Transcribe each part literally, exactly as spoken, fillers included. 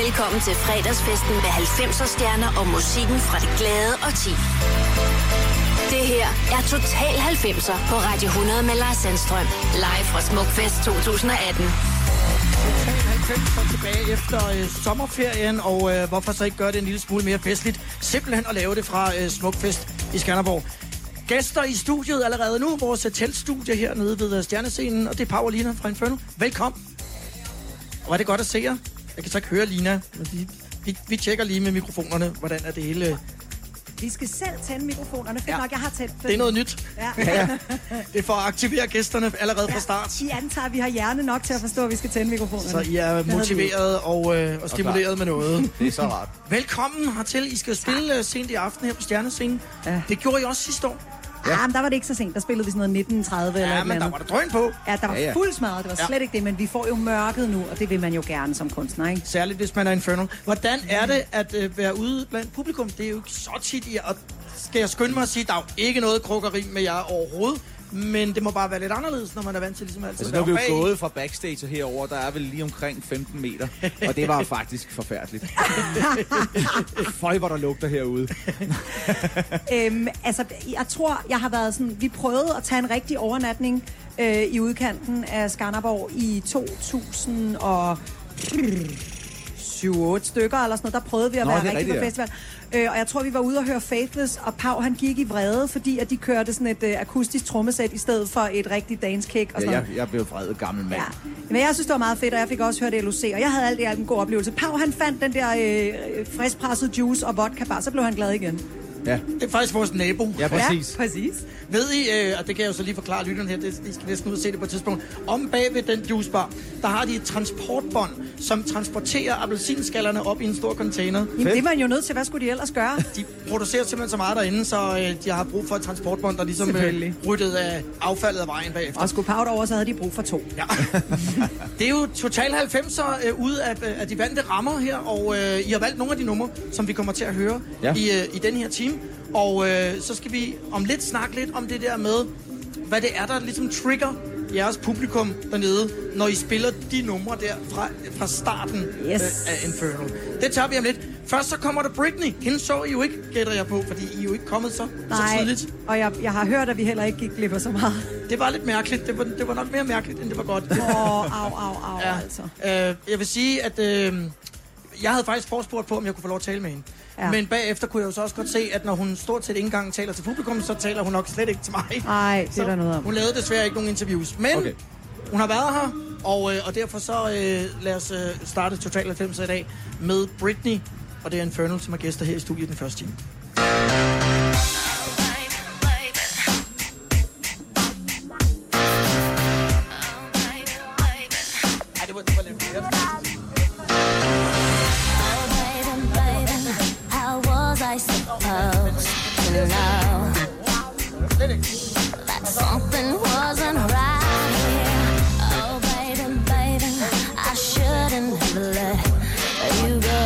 Velkommen til fredagsfesten med halvfemser stjerner og musikken fra det glade årti. Det her er Total halvfemser på Radio hundrede med Lars Sandstrøm. Live fra Smukfest to tusind atten. Total halvfemser tilbage efter øh, sommerferien, og øh, hvorfor så ikke gøre det en lille smule mere festligt? Simpelthen at lave det fra øh, Smukfest i Skanderborg. Gæster i studiet allerede nu, vores teltstudie hernede ved Stjernescenen, og det er Pau og Lina fra Inferno. Velkommen. Og var det godt at se jer? Jeg kan så ikke høre Lina, men vi, vi, vi tjekker lige med mikrofonerne, hvordan er det hele... Vi skal selv tænde mikrofonerne. Fedt Ja. nok, jeg har tændt. Det er noget nyt. Ja. Ja. Det er for at aktivere gæsterne allerede fra start. I antager, at vi har hjerne nok til at forstå, at vi skal tænde mikrofonerne. Så I er motiveret og, øh, og stimuleret med noget. Det er så rart. Velkommen hertil. I skal spille uh, sent i aften her på Stjernescenen. Ja. Det gjorde I også sidste år. Ja. ja, men der var det ikke så sent. Der spillede vi sådan noget nitten tredive eller Ja, et men eller der var der drøn på. Ja, der var ja, ja. fuld smadret. Det var Ja. slet ikke det, men vi får jo mørket nu, og det vil man jo gerne som kunstner, ikke? Særligt hvis man er Inferno. Hvordan er det at øh, være ude blandt publikum? Det er jo ikke så tit, I, og skal jeg skynde mig at sige, der er jo ikke noget krukkeri med jer overhovedet. Men det må bare være lidt anderledes, når man er vant til ligesom altid Altså, at nu er være vi jo bag. gået fra backstage og herover, der er vel lige omkring femten meter, og det var faktisk forfærdeligt. Føj, hvor der lugter herude. øhm, altså, jeg tror, jeg har været sådan... Vi prøvede at tage en rigtig overnatning øh, i udkanten af Skanderborg i to tusind og syv otte stykker eller sådan noget. Der prøvede vi at Nå, være det er rigtig på rigtigt, ja. festival. Øh, og jeg tror, vi var ude og høre Faithless, og Pau, han gik i vrede, fordi at de kørte sådan et øh, akustisk trommesæt i stedet for et rigtigt dance kick og Ja, sådan jeg, noget. jeg blev vred gammel mand. Ja. Men jeg synes, det var meget fedt, og jeg fik også hørt L O C, og jeg havde alt i alt en god oplevelse. Pau, han fandt den der øh, friskpresset juice og vodka bar, så blev han glad igen. Ja, Det er faktisk vores nabo. ja præcis. Ja, præcis. Ved I, øh, og det kan jeg jo så lige forklare lytterne her, det, I skal næsten ud og se det på et tidspunkt. Om bag ved den juicebar, der har de et transportbånd, som transporterer appelsinskallerne op i en stor container. Jamen, det var man jo nødt til. Hvad skulle de ellers gøre? De producerer simpelthen så meget derinde, så øh, de har brug for et transportbånd, der ligesom øh, Selvfølgelig. ryddet af affaldet af vejen bagefter. Og skulle Pau derover, så havde de brug for to. Ja. Det er jo Total halvfemser øh, ude af, øh, af de vante rammer her, og øh, I har valgt nogle af de numre, som vi kommer til at høre Ja. i, øh, i den her time. Og øh, så skal vi om lidt snakke lidt om det der med, hvad det er, der ligesom trigger jeres publikum dernede, når I spiller de numre der fra, fra starten Yes. øh, af Inferno. Det tager vi om lidt. Først så kommer der Britney. Hende så I jo ikke, gætter jeg på, fordi I er jo ikke kommet så, så Nej, tidligt. og jeg, jeg har hørt, at vi heller ikke gik glip af så meget. Det var lidt mærkeligt. Det var, det var nok mere mærkeligt, end det var godt. Åh, oh, au, au, au, Ja. altså. Øh, jeg vil sige, at øh, jeg havde faktisk forspurgt på, om jeg kunne få lov at tale med hende. Ja. Ja. Men bagefter kunne jeg jo så også godt se, at når hun stort set ikke engang taler til publikum, så taler hun nok slet ikke til mig. Nej, det Så er der noget om. hun lavede desværre ikke nogen interviews. Men Okay. hun har været her, og, øh, og derfor så øh, lad os øh, starte Total halvfemser i dag med Britney. Og det er Inferno, som er gæster her i studiet den første time. Ej, det var, det var lidt mere. How was I supposed to know that something wasn't right here? Oh, baby, baby, I shouldn't have let you go.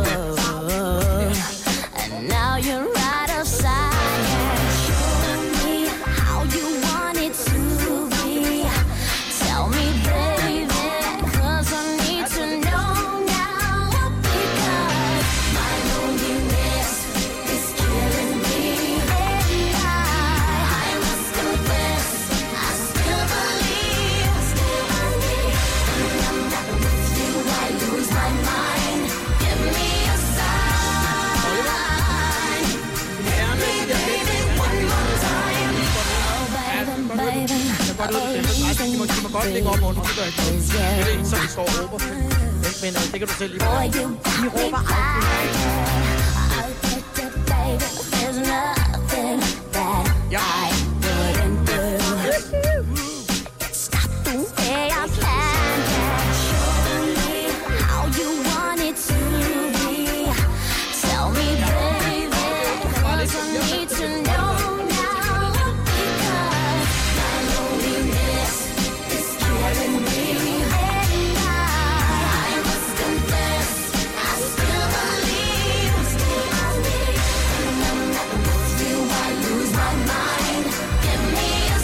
And now you're right outside here. Show me how you want it to be. Tell me, baby, 'cause I need to know now. Because my loneliness is killing me, and I, I must confess, I still believe, still believe. When I'm not with you, I lose my mind. Give me a sign. Give me, baby, one more time. Oh, baby, baby, Jeg kan godt ud, det er faktisk, de må, de må godt lægge op under, det gør ikke noget. is Det er yeah. ikke, så vi står og råber. Men, men øh, det kan du selv lige Boy, forklare. you Vi råber aldrig. I'll get it, baby. There's nothing that Ja. I wouldn't do. It's not the way I planned it. Show me how you want it to be. Tell me, baby, 'cause I need to know now. Because my loneliness is killing me, and I, I must confess, I still believe, still believe. When I'm not with you, I lose my mind. Give me a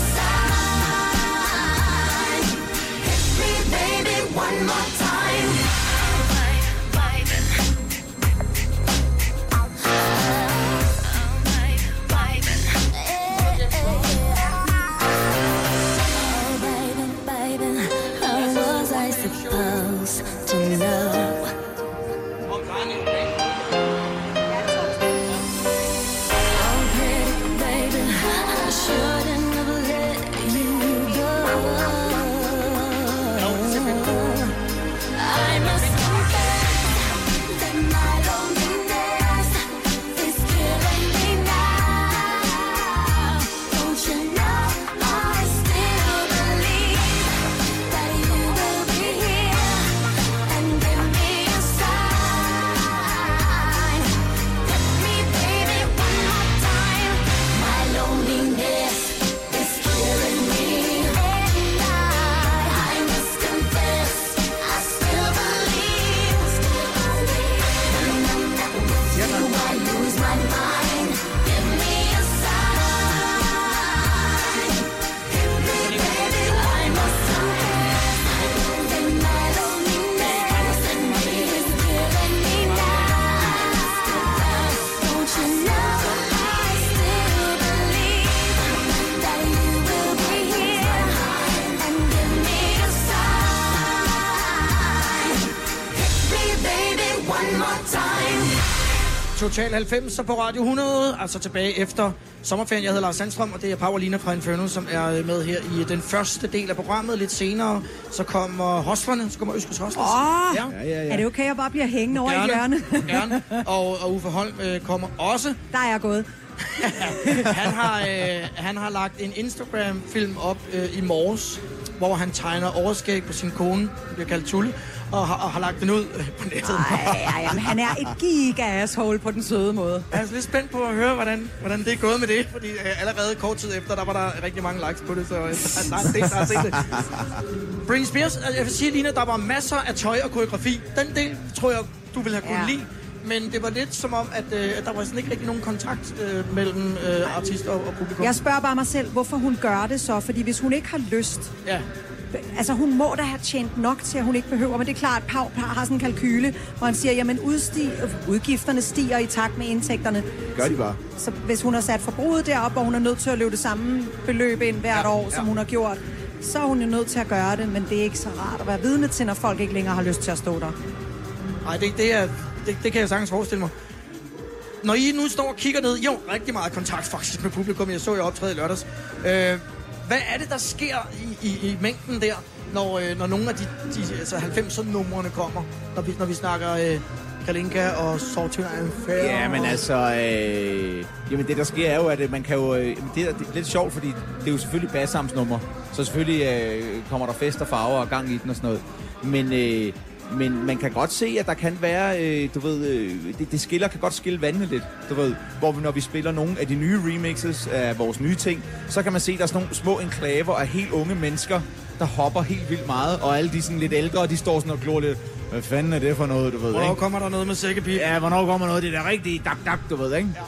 sign. Hit me, baby, one more time. Total halvfems på Radio hundrede, altså tilbage efter sommerferien. Jeg hedder Lars Sandstrøm, og det er Paulina fra Inferno, som er med her i den første del af programmet. Lidt senere, så kommer Hostlerne, så kommer Øskes Hostlers. Åh, ja. Ja, ja, ja. Er det okay, at bare bliver hængende over gerne, i hjørnet? Gerne, og, og Uffe Holm øh, kommer også. Der er jeg gået. han, har, øh, han har lagt en Instagram-film op øh, i morges, hvor han tegner overskæg på sin kone, der bliver kaldt Tulle, og har, og har lagt den ud øh, på nettet. Ej, jamen, han er et giga-asshole på den søde måde. Jeg er altså lidt spændt på at høre, hvordan, hvordan det er gået med det, fordi øh, allerede kort tid efter, der var der rigtig mange likes på det, så øh, der er en del, der har set det. Britney Spears, altså, jeg vil sige, Lina, der var masser af tøj og koreografi. Den del, tror jeg, du ville have kunnet ja. lide. Men det var lidt som om, at, øh, at der var sådan ikke rigtig nogen kontakt øh, mellem øh, artist og, og publikum. Jeg spørger bare mig selv, hvorfor hun gør det så. Fordi hvis hun ikke har lyst... Ja. Altså, hun må da have tjent nok til, at hun ikke behøver. Men det er klart, at Pau har sådan en kalkyle, hvor han siger, jamen udstig, udgifterne stiger i takt med indtægterne. Gør de bare. Så, så hvis hun har sat forbruget derop, og hun er nødt til at løbe det samme beløb ind hvert ja, år, ja. som hun har gjort, så er hun jo nødt til at gøre det. Men det er ikke så rart at være vidne til, når folk ikke længere har lyst til at stå der. Nej, det, det er... Det, det kan jeg sagtens forestille mig. Når I nu står og kigger ned, jo, rigtig meget kontakt faktisk med publikum. Jeg så jo optræde i lørdags. Øh, hvad er det, der sker i, i, i mængden der, når, øh, når nogle af de, de altså halvfemser-numrene kommer? Når vi, når vi snakker øh, Kalinka og Sortin Fair. Ja, men altså... Øh, jamen det, der sker, er jo, at man kan jo... Øh, det, er, det er lidt sjovt, fordi det er jo selvfølgelig bassamsnummer. Så selvfølgelig øh, kommer der fest og farver og gang i den og sådan noget. Men... Øh, Men man kan godt se, at der kan være, øh, du ved, øh, det, det skiller kan godt skille vandene lidt, du ved. Hvor vi, når vi spiller nogle af de nye remixes af vores nye ting, så kan man se, at der er sådan nogle små enklaver af helt unge mennesker, der hopper helt vildt meget. Og alle de sådan lidt ældre, de står sådan og glor lidt, hvad fanden er det for noget, du ved, hvornår ikke? kommer der noget med sækkepip? Ja, hvornår kommer noget, det er der rigtige dak, dak, du ved, ikke?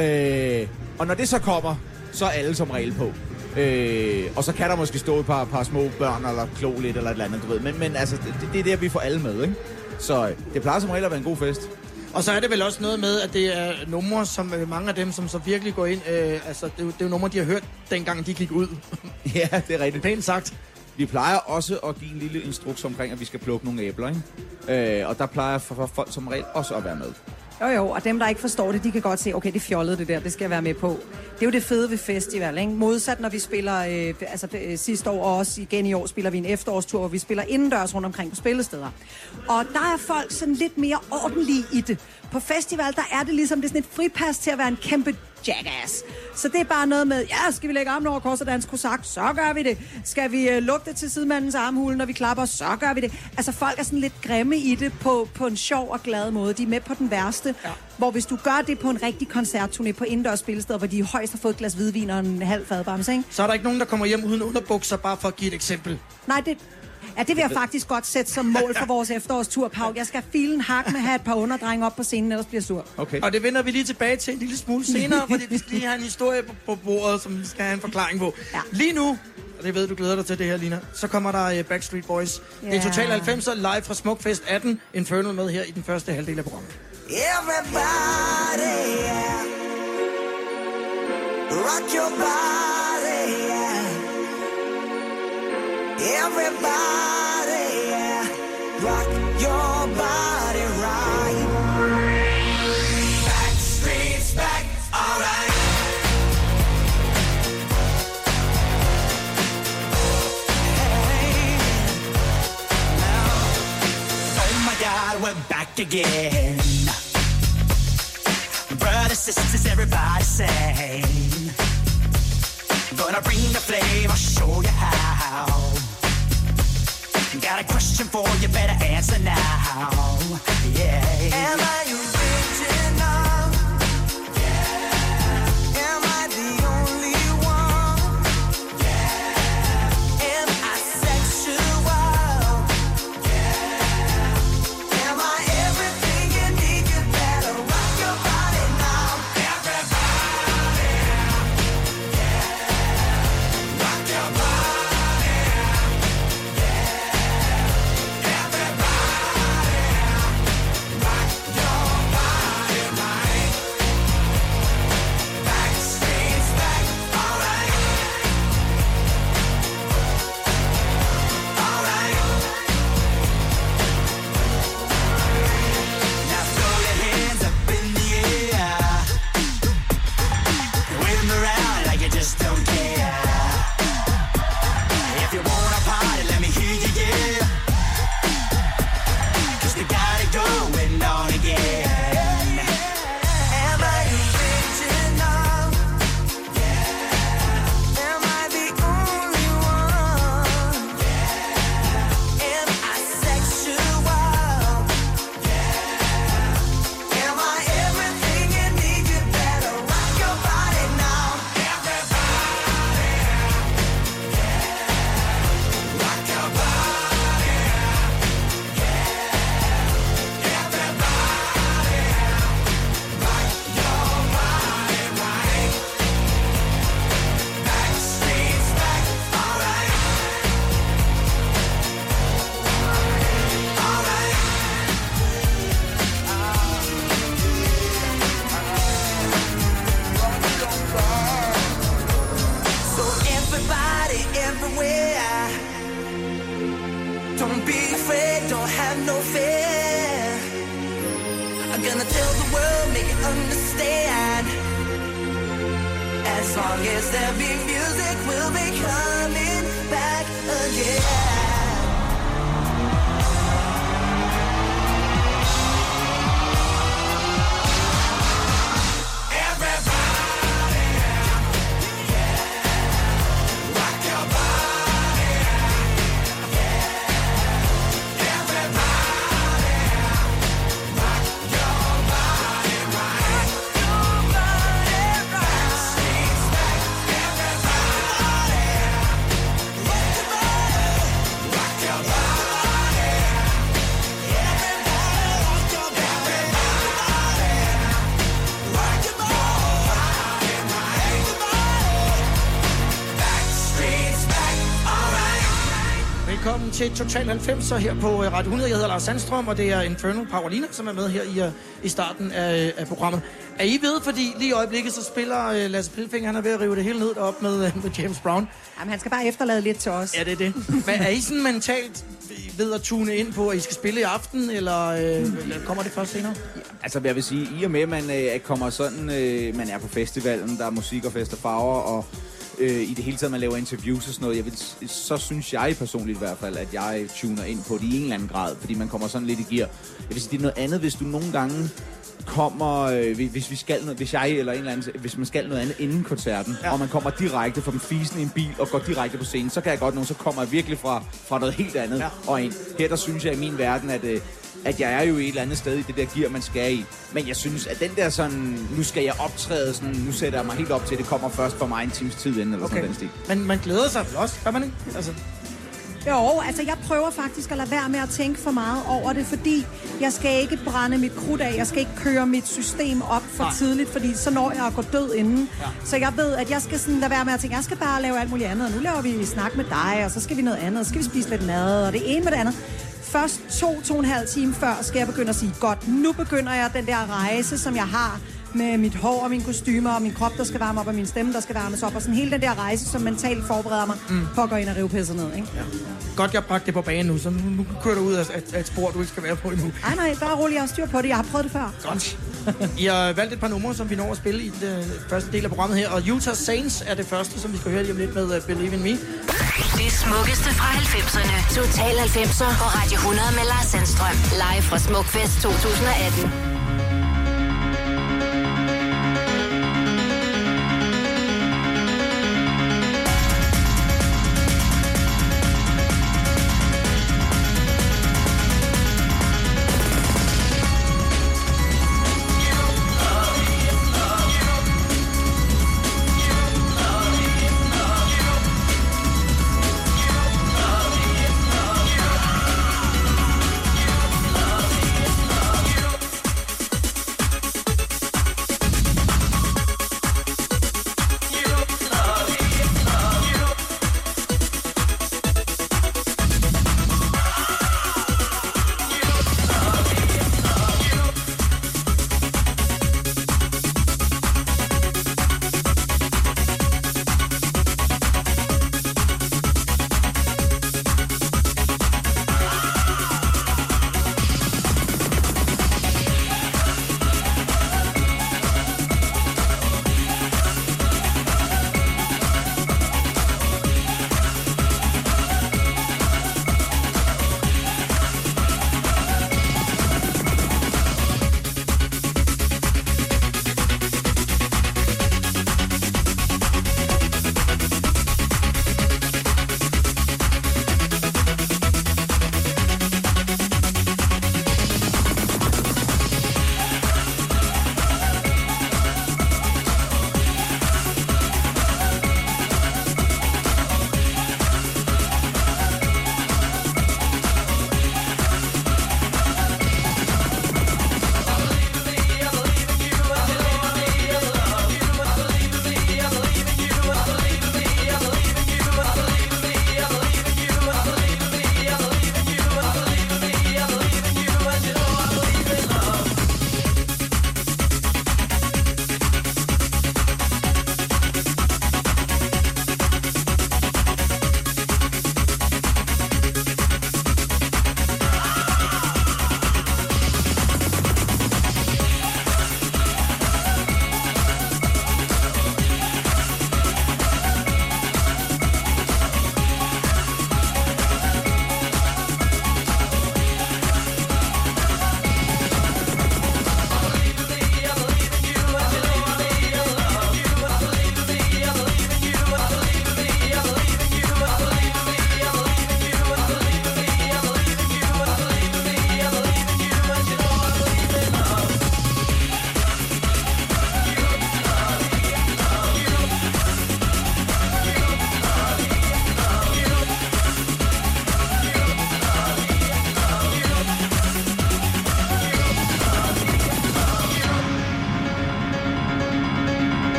Ja. Øh, og når det så kommer, så er alle som regel på. Øh, og så kan der måske stå et par, par små børn, eller klo lidt, eller et eller andet, du ved. Men, men altså, det, det er der, vi får alle med, ikke? Så det plejer som regel at være en god fest. Og så er det vel også noget med, at det er numre, som øh, mange af dem, som så virkelig går ind, øh, altså det er, jo, det er jo numre, de har hørt, dengang de gik ud. Ja, det er rigtigt. Pænt sagt. Vi plejer også at give en lille instruks omkring, at vi skal plukke nogle æbler, ikke? Øh, og der plejer for, for folk som regel også at være med. Jo jo, og dem, der ikke forstår det, de kan godt se, okay, det fjollede det der, det skal jeg være med på. Det er jo det fede ved festival, ikke? Modsat, når vi spiller, øh, altså øh, sidste år og også igen i år, spiller vi en efterårstur, hvor vi spiller indendørs rundt omkring på spillesteder. Og der er folk sådan lidt mere ordentlige i det. På festival, der er det ligesom, det er sådan et fripas til at være en kæmpe jackass. Så det er bare noget med, ja, skal vi lægge armen over kors og danse kosak, så gør vi det. Skal vi øh, lugte til sidemandens armhule, når vi klapper, så gør vi det. Altså folk er sådan lidt grimme i det på, på en sjov og glad måde. De er med på den værste. Ja. Hvor hvis du gør det på en rigtig koncertturné på indendørs spillesteder, hvor de højst har fået et glas hvidvin og en halv fadbamse, ikke? Så er der ikke nogen, der kommer hjem uden underbukser, bare for at give et eksempel. Nej, det... Ja, det vil jeg faktisk godt sætte som mål for vores efterårstur, Pau. Jeg skal filen hak med at have et par underdrenge op på scenen, ellers bliver sur. Okay. Og det vender vi lige tilbage til en lille smule senere, fordi vi skal lige have en historie på, på bordet, som vi skal have en forklaring på. Ja. Lige nu, og det ved du glæder dig til det her, Lina, så kommer der uh, Backstreet Boys. Yeah. Det er Total halvfemser live fra Smukfest atten. Inferno med her i den første halvdel af programmet. Everybody, yeah. Rock your body, yeah. Everybody, yeah, rock your body right. Backstreet's back, alright. Hey, now, oh my God, we're back again. Brothers, sisters, everybody sing. Gonna bring the flame, I'll show you how. Got a question for you, better answer now. Yeah. Am I original? Yeah. Am I the only one? Yeah. Am I sexual? Yeah. Am I everything you need? You better rock your body now. Everybody, yeah. Rock your body. Your Don't be afraid, don't have no fear. I'm gonna tell the world, make it understand. As long as there be music, we'll be coming back again. Velkommen til Total halvfemser her på Radio hundrede. Jeg hedder Lars Sandstrøm, og det er Infernal Paulina, som er med her i, uh, i starten af, af programmet. Er I ved, fordi lige i øjeblikket så spiller uh, Lasse Pilfinger, han er ved at rive det hele ned op med, uh, med James Brown. Jamen, han skal bare efterlade lidt til os. Ja, det er det. Men er I sådan mentalt ved at tune ind på, at I skal spille i aften, eller, øh, eller kommer det først senere? Altså, jeg vil sige, i og med, at man øh, kommer sådan, øh, man er på festivalen, der er musik og fest og farver, og øh, i det hele taget, man laver interviews og sådan noget, jeg vil, så synes jeg personligt i hvert fald, at jeg tuner ind på det i en eller anden grad, fordi man kommer sådan lidt i gear. Jeg vil sige, det er noget andet, hvis du nogle gange kommer, øh, hvis vi skal noget, hvis jeg eller en eller anden, hvis man skal noget andet inden koncerten, ja. Og man kommer direkte fra den fisen i en bil og går direkte på scenen, så kan jeg godt nå, så kommer jeg virkelig fra, fra noget helt andet, ja. Og ind. Her der synes jeg i min verden, at øh, at jeg er jo et eller andet sted i det der gear, man skal i. Men jeg synes, at den der sådan, nu skal jeg optræde, sådan, nu sætter jeg mig helt op til, at det kommer først for mig en times tid inden, eller okay. Sådan den stil. Men man glæder sig vel også, gør man ikke? Altså. Jo, altså jeg prøver faktisk at lade være med at tænke for meget over det, fordi jeg skal ikke brænde mit krudt af, jeg skal ikke køre mit system op for Nej. tidligt, fordi så når jeg at gå død inden. Ja. Så jeg ved, at jeg skal sådan lade være med at tænke, jeg skal bare lave alt muligt andet, og nu laver vi snak med dig, og så skal vi noget andet, og så skal vi spise lidt mad, og det ene med det andet. Først to, to og en halv time før skal jeg begynde at sige, godt, nu begynder jeg den der rejse, som jeg har med mit hår og mine kostymer og min krop, der skal varme op, og min stemme, der skal varmes op, og sådan hele den der rejse, som mentalt forbereder mig mm. på at gå ind og rive pisser ned, ikke? Ja. Godt, jeg bragte det på banen nu, så nu, nu kører du ud af, af, af et spor, du ikke skal være på endnu. Nej, nej, bare roligt, jeg har styr på det, jeg har prøvet det før. Godt. I har valgt et par numre, som vi når at spille i den første del af programmet her, og Utah Saints er det første, som vi skal høre lige om lidt med uh, Believe in Me. Det smukkeste fra halvfemserne. Total halvfemser på Radio hundrede med Lars Sandstrøm. Live fra Smukfest to tusind atten.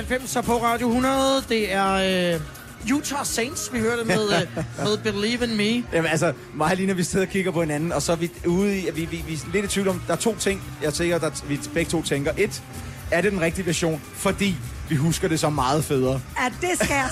halvfemser på Radio hundrede. Det er øh, Utah Saints, vi hørte med, øh, med Believe in Me. Jamen altså, mig og Lina, vi sidder og kigger på hinanden, og så er vi ude i, at vi, vi, vi er lidt i tvivl om, der er to ting, jeg tænker, der vi begge to tænker. Et, er det den rigtige version? Fordi vi husker det så meget federe. Ja, det skal jeg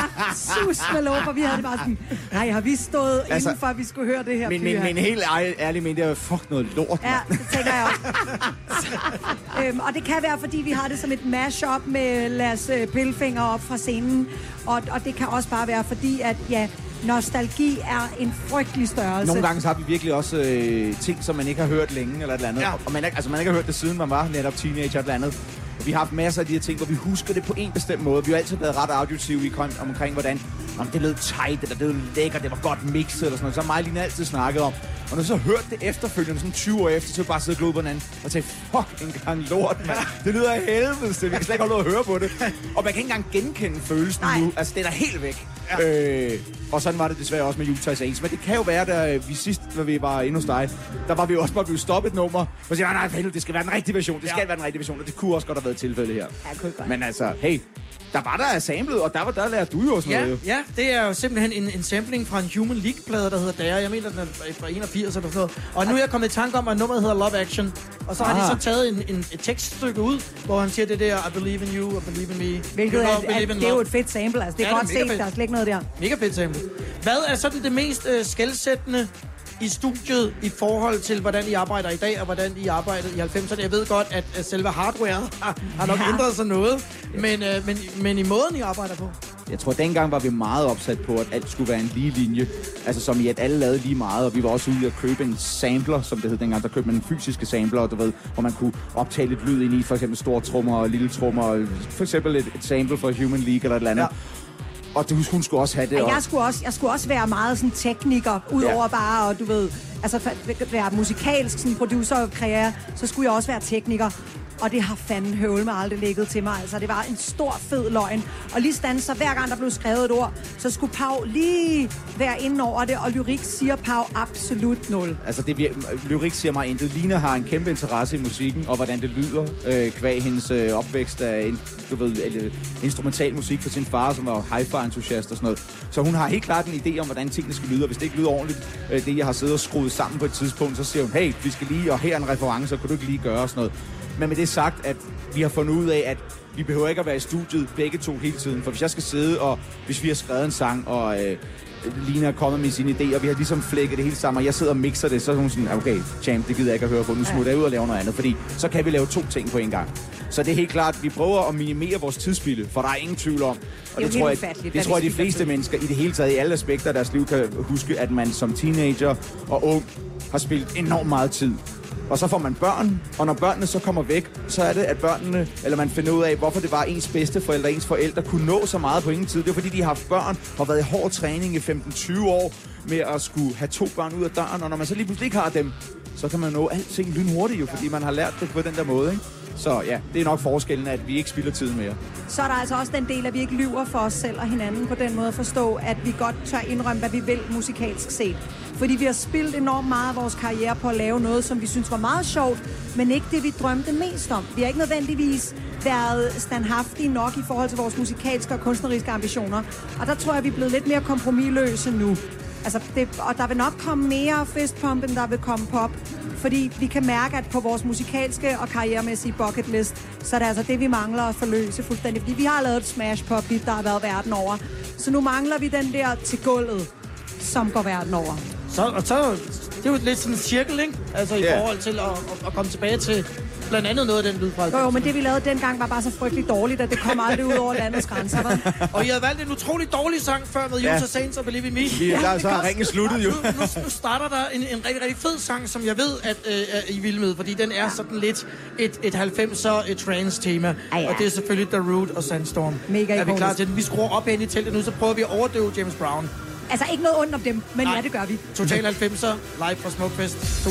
sus med lov, for vi havde det bare sådan, nej, har vi stået Altså, inden for, at vi skulle høre det her? Men, men, men helt ærlig, ærlig men det er fuck noget lort, Ja, mand. det tænker jeg også. øhm, og det kan være, fordi vi har det som et mash-up med Lars øh, Pilfinger op fra scenen. Og, og det kan også bare være, fordi at, ja, nostalgi er en frygtelig størrelse. Nogle gange så har vi virkelig også øh, ting, som man ikke har hørt længe, eller et eller andet. Ja. Og man, altså, man ikke har hørt det, siden man var netop teenager, eller et eller andet. Og vi har haft masser af de her ting, hvor vi husker det på en bestemt måde. Vi har altid været ret auditive i omkring, hvordan om det lød tight, eller det lød lækkert, det var godt mixet, eller sådan noget. Så har mig og Lina altid snakket om. Og når jeg så hørte det efterfølgende, sådan tyve år efter, så bare sidde og glo på hinanden og tænke, fuck, en gang lort, mand. Det lyder af helvede, vi kan slet ikke holde ud at høre på det. Og man kan ikke engang genkende følelsen Nej. nu. Altså, det er helt væk. Ja. Øh, og sådan var det desværre også med Utah Saints. Men det kan jo være, da vi sidst, når vi var inde hos dig, der var vi jo også bare blevet stoppet et nummer. Og siger, nej, nej, det skal være den rigtige version. Det skal ja. være den rigtige version, og det kunne også godt have været tilfældet her. Ja, kunne godt. Men altså, hey, der var der samlet, og der var der lærte du jo også Ja, noget. ja, det er jo simpelthen en, en sampling fra en Human League-plade, der hedder Dare. Jeg mener, den er fra enogfirs eller sådan noget. Og nu er jeg kommet i tanke om, at nummeret hedder Love Action. Og så har Ah. de så taget en, en, et tekststykke ud, hvor han siger det der, I believe in you, I believe in me. Hvilket You er, love, er, believe in det er jo love. et fedt sample, altså det er Ja, det er godt mega set, fedt. der er slet ikke noget der. Mega fedt sample. Hvad er sådan det mest øh, skelsættende i studiet i forhold til, hvordan I arbejder i dag, og hvordan I arbejdede i halvfemserne? Jeg ved godt, at, at selve hardware har, har nok Ja. ændret sig noget, men, øh, men, men i måden, I arbejder på. Jeg tror, at dengang var vi meget opsat på, at alt skulle være en lige linje. Altså som i, at alle lavede lige meget, og vi var også ude at købe en sampler, som det hed dengang. Der købte man en fysiske sampler, du ved, hvor man kunne optage lidt lyd ind i, for eksempel store trommer og lille trommer, og for eksempel et, et sample for Human League eller et eller andet. Ja. Og det, hun skulle også have det. Ja, Og jeg skulle også, jeg skulle også være meget sådan tekniker, udover Ja. bare, og du ved, altså fa- være musikalsk sådan producer og kreator, så skulle jeg også være tekniker. Og det har fanden høvle mig aldrig ligget til mig. Altså, det var en stor, fed løgn. Og lige stand, så hver gang der blev skrevet et ord, så skulle Pau lige være inde over det, og lyrik siger Pau absolut nul. Altså, det, lyrik siger mig intet. Lina har en kæmpe interesse i musikken, og hvordan det lyder, øh, kvæg hendes øh, opvækst af en, du ved, eller, instrumental musik for sin far, som var hi-fi-entusiast og sådan noget. Så hun har helt klart en idé om, hvordan tingene skal lyde, og hvis det ikke lyder ordentligt, øh, det jeg har siddet og skruet sammen på et tidspunkt, så siger hun, hey, vi skal lige, og her er en reference, og kunne du ikke lige gøre sådan noget. Men med det sagt, at vi har fundet ud af, at vi behøver ikke at være i studiet begge to hele tiden. For hvis jeg skal sidde, og hvis vi har skrevet en sang, og øh, Lina er kommet med sine idéer, og vi har ligesom flækket det hele sammen, og jeg sidder og mixer det, så er hun sådan, okay, champ, det gider jeg ikke at høre på. Nu smutter jeg ud og laver noget andet, fordi så kan vi lave to ting på en gang. Så det er helt klart, at vi prøver at minimere vores tidsspilde, for der er ingen tvivl om. Og det, det tror jeg, ufatteligt, det tror jeg, de fleste mennesker i det hele taget, i alle aspekter af deres liv, kan huske, at man som teenager og ung har spillet enormt meget tid. Og så får man børn, og når børnene så kommer væk, så er det, at børnene, eller man finder ud af, hvorfor det var ens bedsteforældre, ens forældre kunne nå så meget på ingen tid. Det er fordi, de har haft børn og været i hård træning i femten til tyve år med at skulle have to børn ud af døren. Og når man så lige pludselig ikke har dem, så kan man nå alting lynhurtigt jo, fordi man har lært det på den der måde, ikke? Så ja, det er nok forskellen, at vi ikke spilder tiden mere. Så er der altså også den del, at vi ikke lyver for os selv og hinanden på den måde at forstå, at vi godt tør indrømme, hvad vi vil musikalsk set. Fordi vi har spillet enormt meget af vores karriere på at lave noget, som vi synes var meget sjovt, men ikke det, vi drømte mest om. Vi har ikke nødvendigvis været standhaftige nok i forhold til vores musikalske og kunstneriske ambitioner. Og der tror jeg, vi er blevet lidt mere kompromisløse nu. Altså, det, og der vil nok komme mere fistpump, end der vil komme pop. Fordi vi kan mærke, at på vores musikalske og karrieremæssige bucket list, så er det altså det, vi mangler at forløse fuldstændig. Fordi vi har lavet et smash pop hit, der har været verden over. Så nu mangler vi den der til gulvet, som går verden over. Så, og så, det er jo lidt sådan en cirkel, ikke? Altså i Ja. forhold til at, at, at komme tilbage til blandt andet noget af den lyd fra Jo, jo, men det vi lavede dengang var bare så frygteligt dårligt, at det kom aldrig ud over landets grænser. Vel? Og I havde valgt en utrolig dårlig sang før med Ja. Utah Saints og Believe in Me. Vi, der, så har ringen sluttet jo. Nu, nu, nu starter der en, en rigtig, rigtig fed sang, som jeg ved, at øh, at I vil med, fordi den er sådan lidt et, et halvfemser et trance-tema. Ah, ja. Og det er selvfølgelig The Root og Sandstorm. Mega Er vi klar ikonisk. til den? Vi skruer op hen i teltet nu, så prøver vi at overdøve James Brown. Altså ikke noget ondt om dem, men Nej. ja, det gør vi. Total halvfemser, live fra Smukfest.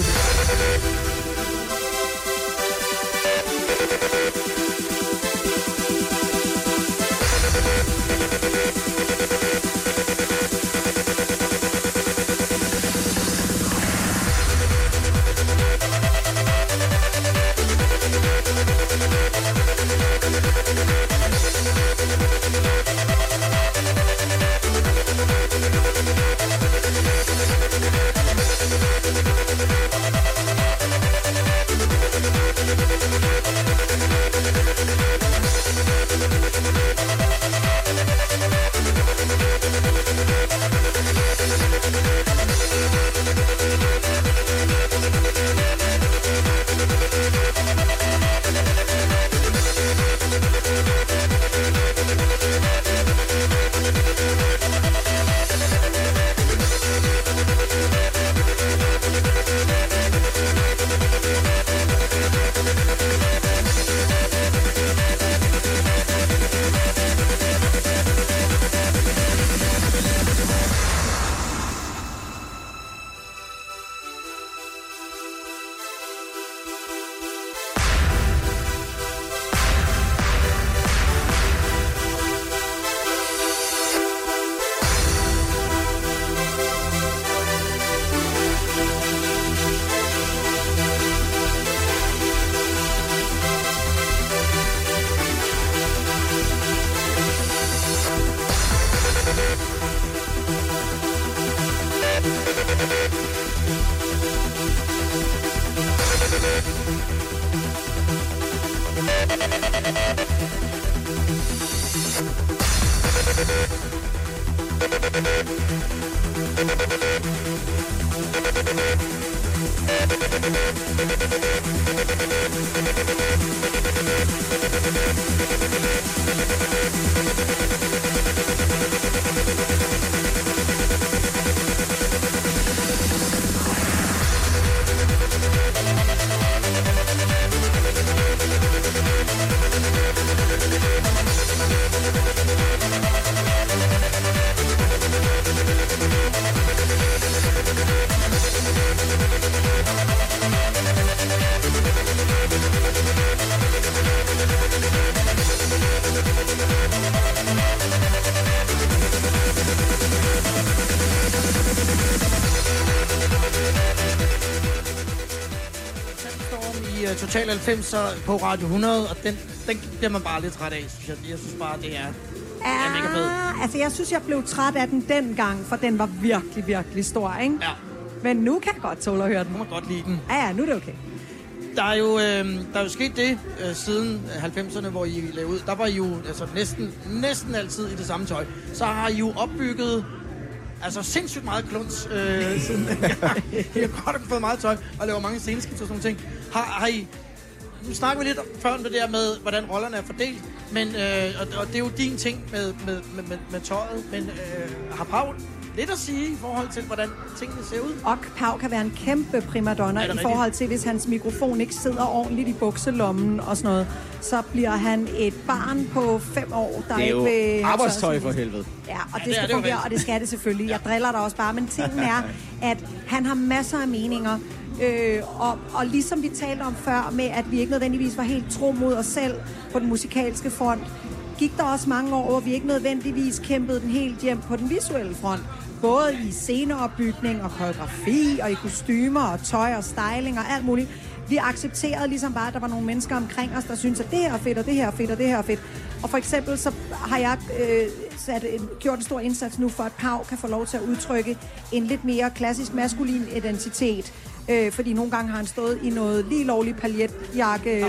Total halvfemser på Radio hundrede, og den, den bliver man bare lidt træt af, synes jeg. Jeg synes bare, det er, det er mega fed. Altså, jeg synes, jeg blev træt af den dengang, for den var virkelig, virkelig stor, ikke? Ja. Men nu kan jeg godt tåle at høre den. Nu må man godt lide den. Ja, ja, nu er det okay. Der er jo, øh, der er jo sket det øh, siden halvfemserne, hvor I lavede ud. Der var I jo altså, næsten, næsten altid i det samme tøj. Så har I jo opbygget altså sindssygt meget kluns øh, siden dengang. I har godt nok fået meget tøj og laver mange sceneskifter og sådan nogle ting. Har, har I... Nu snakker vi lidt før om det der med, hvordan rollerne er fordelt, men, øh, og, og det er jo din ting med, med, med, med, med tøjet, men øh, har Paul lidt at sige i forhold til, hvordan tingene ser ud? Og Pau kan være en kæmpe primadonna i rigtigt? forhold til, hvis hans mikrofon ikke sidder ordentligt i bukselommen og sådan noget, så bliver han et barn på fem år, der ikke vil... Det er jo arbejdstøj for helvede. Ja, og ja, det skal det fungere, det og det skal det selvfølgelig. Jeg driller dig også bare, men tingen er, at han har masser af meninger. Øh, og, og ligesom vi talte om før med, at vi ikke nødvendigvis var helt tro mod os selv på den musikalske front, gik der også mange år, hvor vi ikke nødvendigvis kæmpede den helt hjem på den visuelle front. Både i sceneopbygning og koreografi og i kostymer og tøj og styling og alt muligt. Vi accepterede ligesom bare, at der var nogle mennesker omkring os, der syntes, at det her er fedt, og det her er fedt, og det her er fedt. Og for eksempel så har jeg øh, sat en, gjort en stor indsats nu for, at Pau kan få lov til at udtrykke en lidt mere klassisk maskulin identitet. Øh, fordi nogle gange har han stået i noget lige lovlig paljetjakke,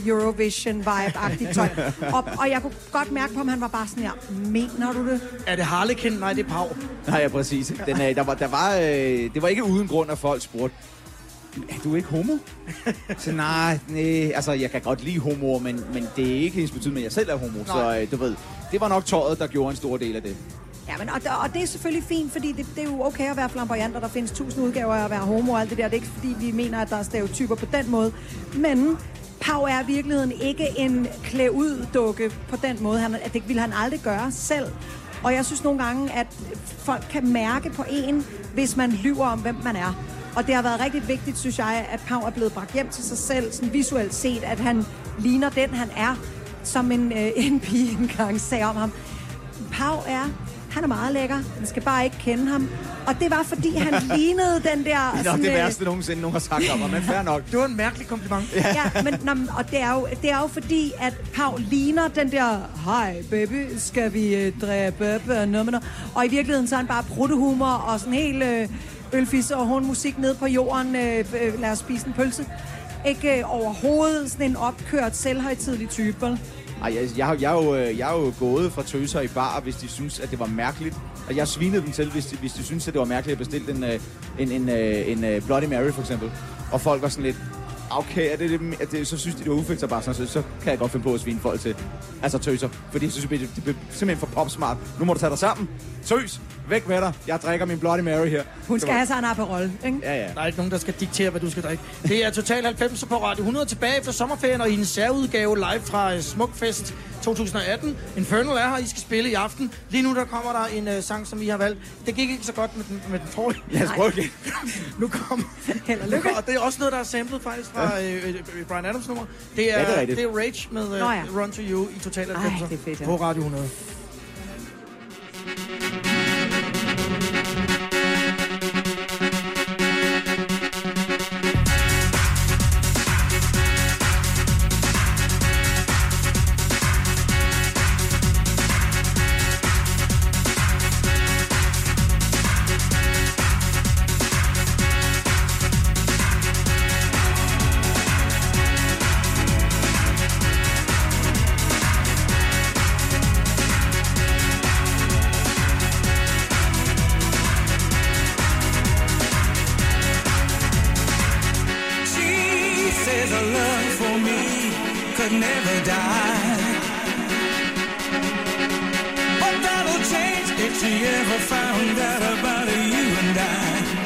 Eurovision-vibe-agtigt tøj. Og, og jeg kunne godt mærke på, om han var bare sådan her, mener du det? Er det Harlekin? Nej, det er Pau. Nej, ja, præcis. Den, øh, der var, der var, øh, det var ikke uden grund, at folk spurgte, er du ikke homo? Så nej, nej, altså jeg kan godt lide homoer, men, men det er ikke ens betydning, at jeg selv er homo. Nej. Så øh, du ved, det var nok tøjet, der gjorde en stor del af det. Ja, men, og, og det er selvfølgelig fint, fordi det, det er jo okay at være flamboyant, og der findes tusind udgaver af at være homo og alt det der. Det er ikke fordi, vi mener, at der er stereotyper på den måde. Men Pau er i virkeligheden ikke en klæd-ud-dukke på den måde. Han, at det ville han aldrig gøre selv. Og jeg synes nogle gange, at folk kan mærke på en, hvis man lyver om, hvem man er. Og det har været rigtig vigtigt, synes jeg, at Pau er blevet bragt hjem til sig selv, sådan visuelt set, at han ligner den, han er, som en, øh, en pige engang sagde om ham. Pau er... Han er meget lækker. Man skal bare ikke kende ham. Og det var, fordi han lignede den der... Det er nok sådan, det værste nogensinde, nogen har sagt om ham, men fair nok. Det var en mærkelig kompliment. Ja, men nå, og det er, jo, det er jo fordi, at Pau ligner den der... Hej, baby, skal vi uh, dræbe noget? Og i virkeligheden så er han bare pruttehumor og sådan helt øh, ølfisse og hornmusik ned på jorden. Øh, øh, lad os spise en pølse. Ikke øh, overhovedet sådan en opkørt, selvhøjtidlig type. Ej, jeg, jeg, jeg, er jo, jeg er jo gået fra tøser i bar, hvis de synes, at det var mærkeligt. Og jeg svinede dem selv, hvis de, hvis de synes, at det var mærkeligt at bestille en, en, en, en, en Bloody Mary, for eksempel. Og folk var sådan lidt, okay, er det, det, er det, så synes de, det var ufedt, så bare sådan, så, så kan jeg godt finde på at svine folk til. Altså tøser. Fordi jeg synes, det er simpelthen for popsmart. Nu må du tage dig sammen. Tøs, væk med dig. Jeg drikker min Bloody Mary her. Hun skal have sig en Aperol, ikke? Ja, ja. Der er ikke nogen, der skal diktere, hvad du skal drikke. Det er Total halvfems på Radio hundrede tilbage efter sommerferien, og i en særudgave live fra Smukfest to tusind atten. Infernal er her, I skal spille i aften. Lige nu der kommer der en uh, sang, som I har valgt. Det gik ikke så godt med den, med den forrige. Lad os prøve igen. Nu kommer... Held og lykke. Og det er også noget, der er samlet faktisk fra ja. øh, øh, Bryan Adams nummer. Det er, ja, det er, det er Rage med uh, Nå, ja. Run to You i Total halvfems Ej, det er fedt, ja. på Radio hundrede. says a love for me could never die. But that'll change if she ever found out about you and I.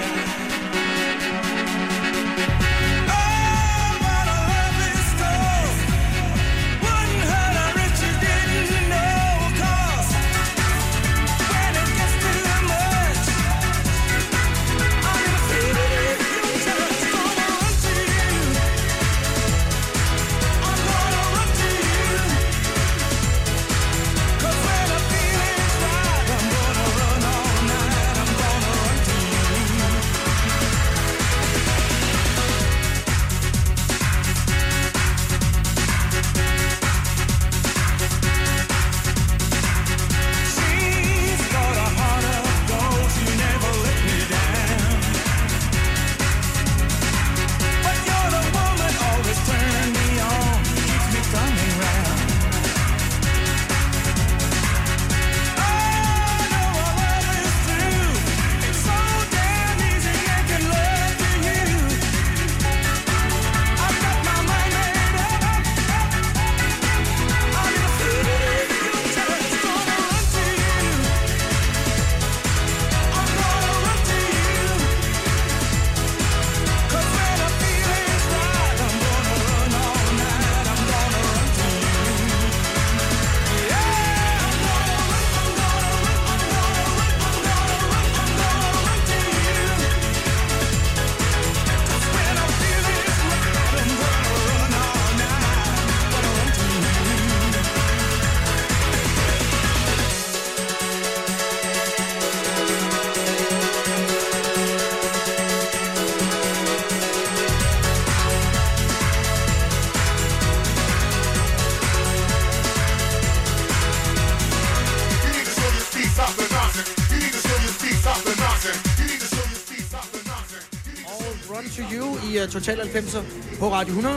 Total halvfemser på Radio hundrede.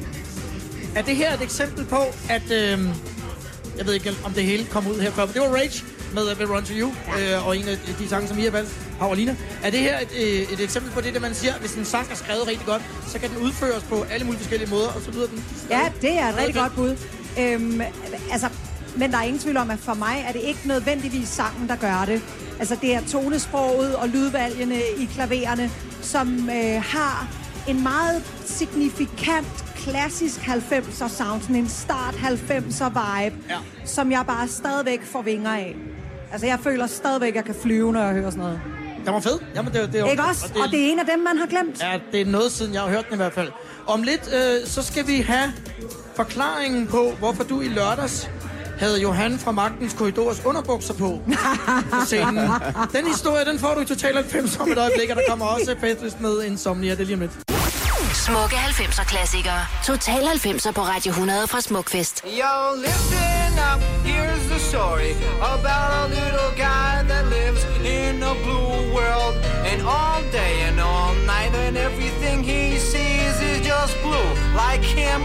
Er det her et eksempel på, at... Øh, jeg ved ikke, om det hele kom ud her før, men det var Rage med uh, Run To You, ja. øh, og en af de sange, som I har valgt, Paulina. Er det her et, øh, et eksempel på det, der man siger, hvis en sang er skrevet rigtig godt, så kan den udføres på alle mulige forskellige måder, og så lyder den... Ja, det er et rigtig godt bud. Øhm, altså, men der er ingen tvivl om, at for mig er det ikke nødvendigvis sangen, der gør det. Altså, det er tonesproget og lydvalgene i klavererne, som øh, har... en meget signifikant, klassisk halvfemser sound, sådan en start halvfemser vibe, ja. Som jeg bare stadigvæk får vinger af. Altså, jeg føler stadigvæk, at jeg kan flyve, når jeg hører sådan noget. Det var fedt. Jamen, det, det, ikke også? Og det, og det er en af dem, man har glemt. Ja, det er noget siden, jeg har hørt den i hvert fald. Om lidt, øh, så skal vi have forklaringen på, hvorfor du i lørdags havde Johan fra Magtens Korridors underbukser på på scenen. Den historie, den får du i Total halvfems om et øjeblik, og der kommer også Faithless med Insomnia, det er lige om lidt. Smukke halvfemser-klassikere. Total halvfemser på Radio hundrede fra Smukfest. Yo, listen up, here's the story about a little guy that lives in a blue world. And all day and all night and everything he sees is just blue. Like him,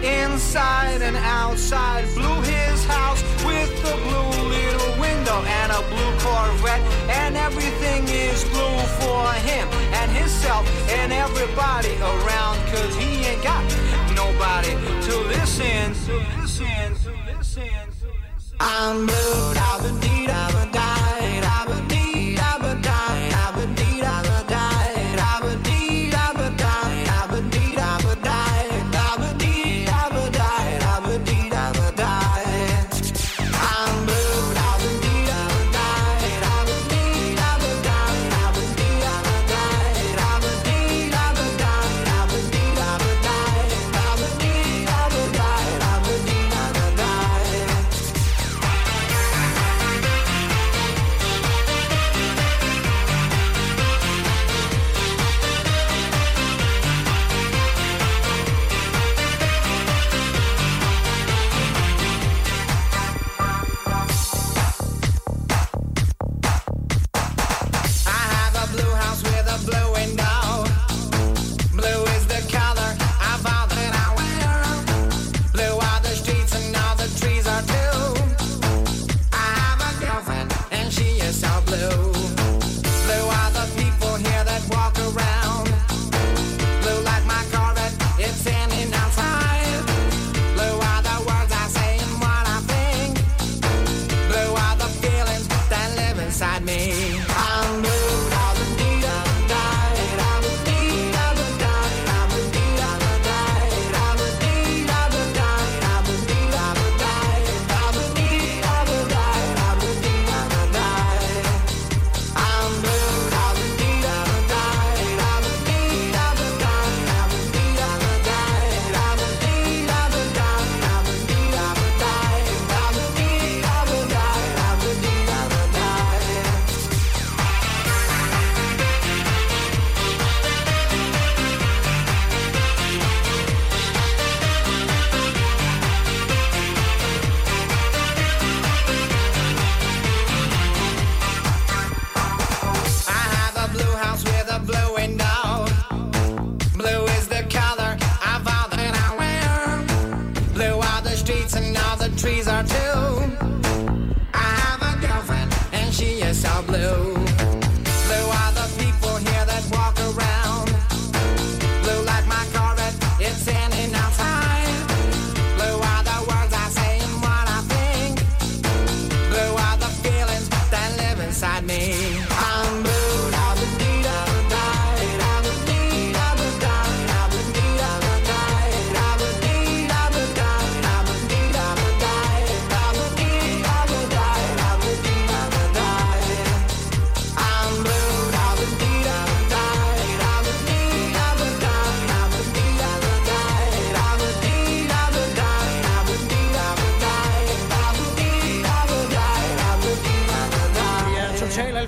inside and outside. Blue his house with a blue little window and a blue Corvette. And everything is blue for him and himself and everybody around. Cause he ain't got nobody to listen, to listen, to listen, to listen. I'm blue, I've been deed, I've been died, I've been deed, I've been died, I've been deed, I've been died, I've been deed, I've been died, I've been deed, I've been died, I've been deed, I've been died, I've been deed, I've been died. I'm blue, I've been deed, I've been died, I've been deed, I've been died, I've been deed, I've been died, I've been deed, I've been died, I've been deed, I've been died, I've been deed, I've been died, I've been deed, I've been died.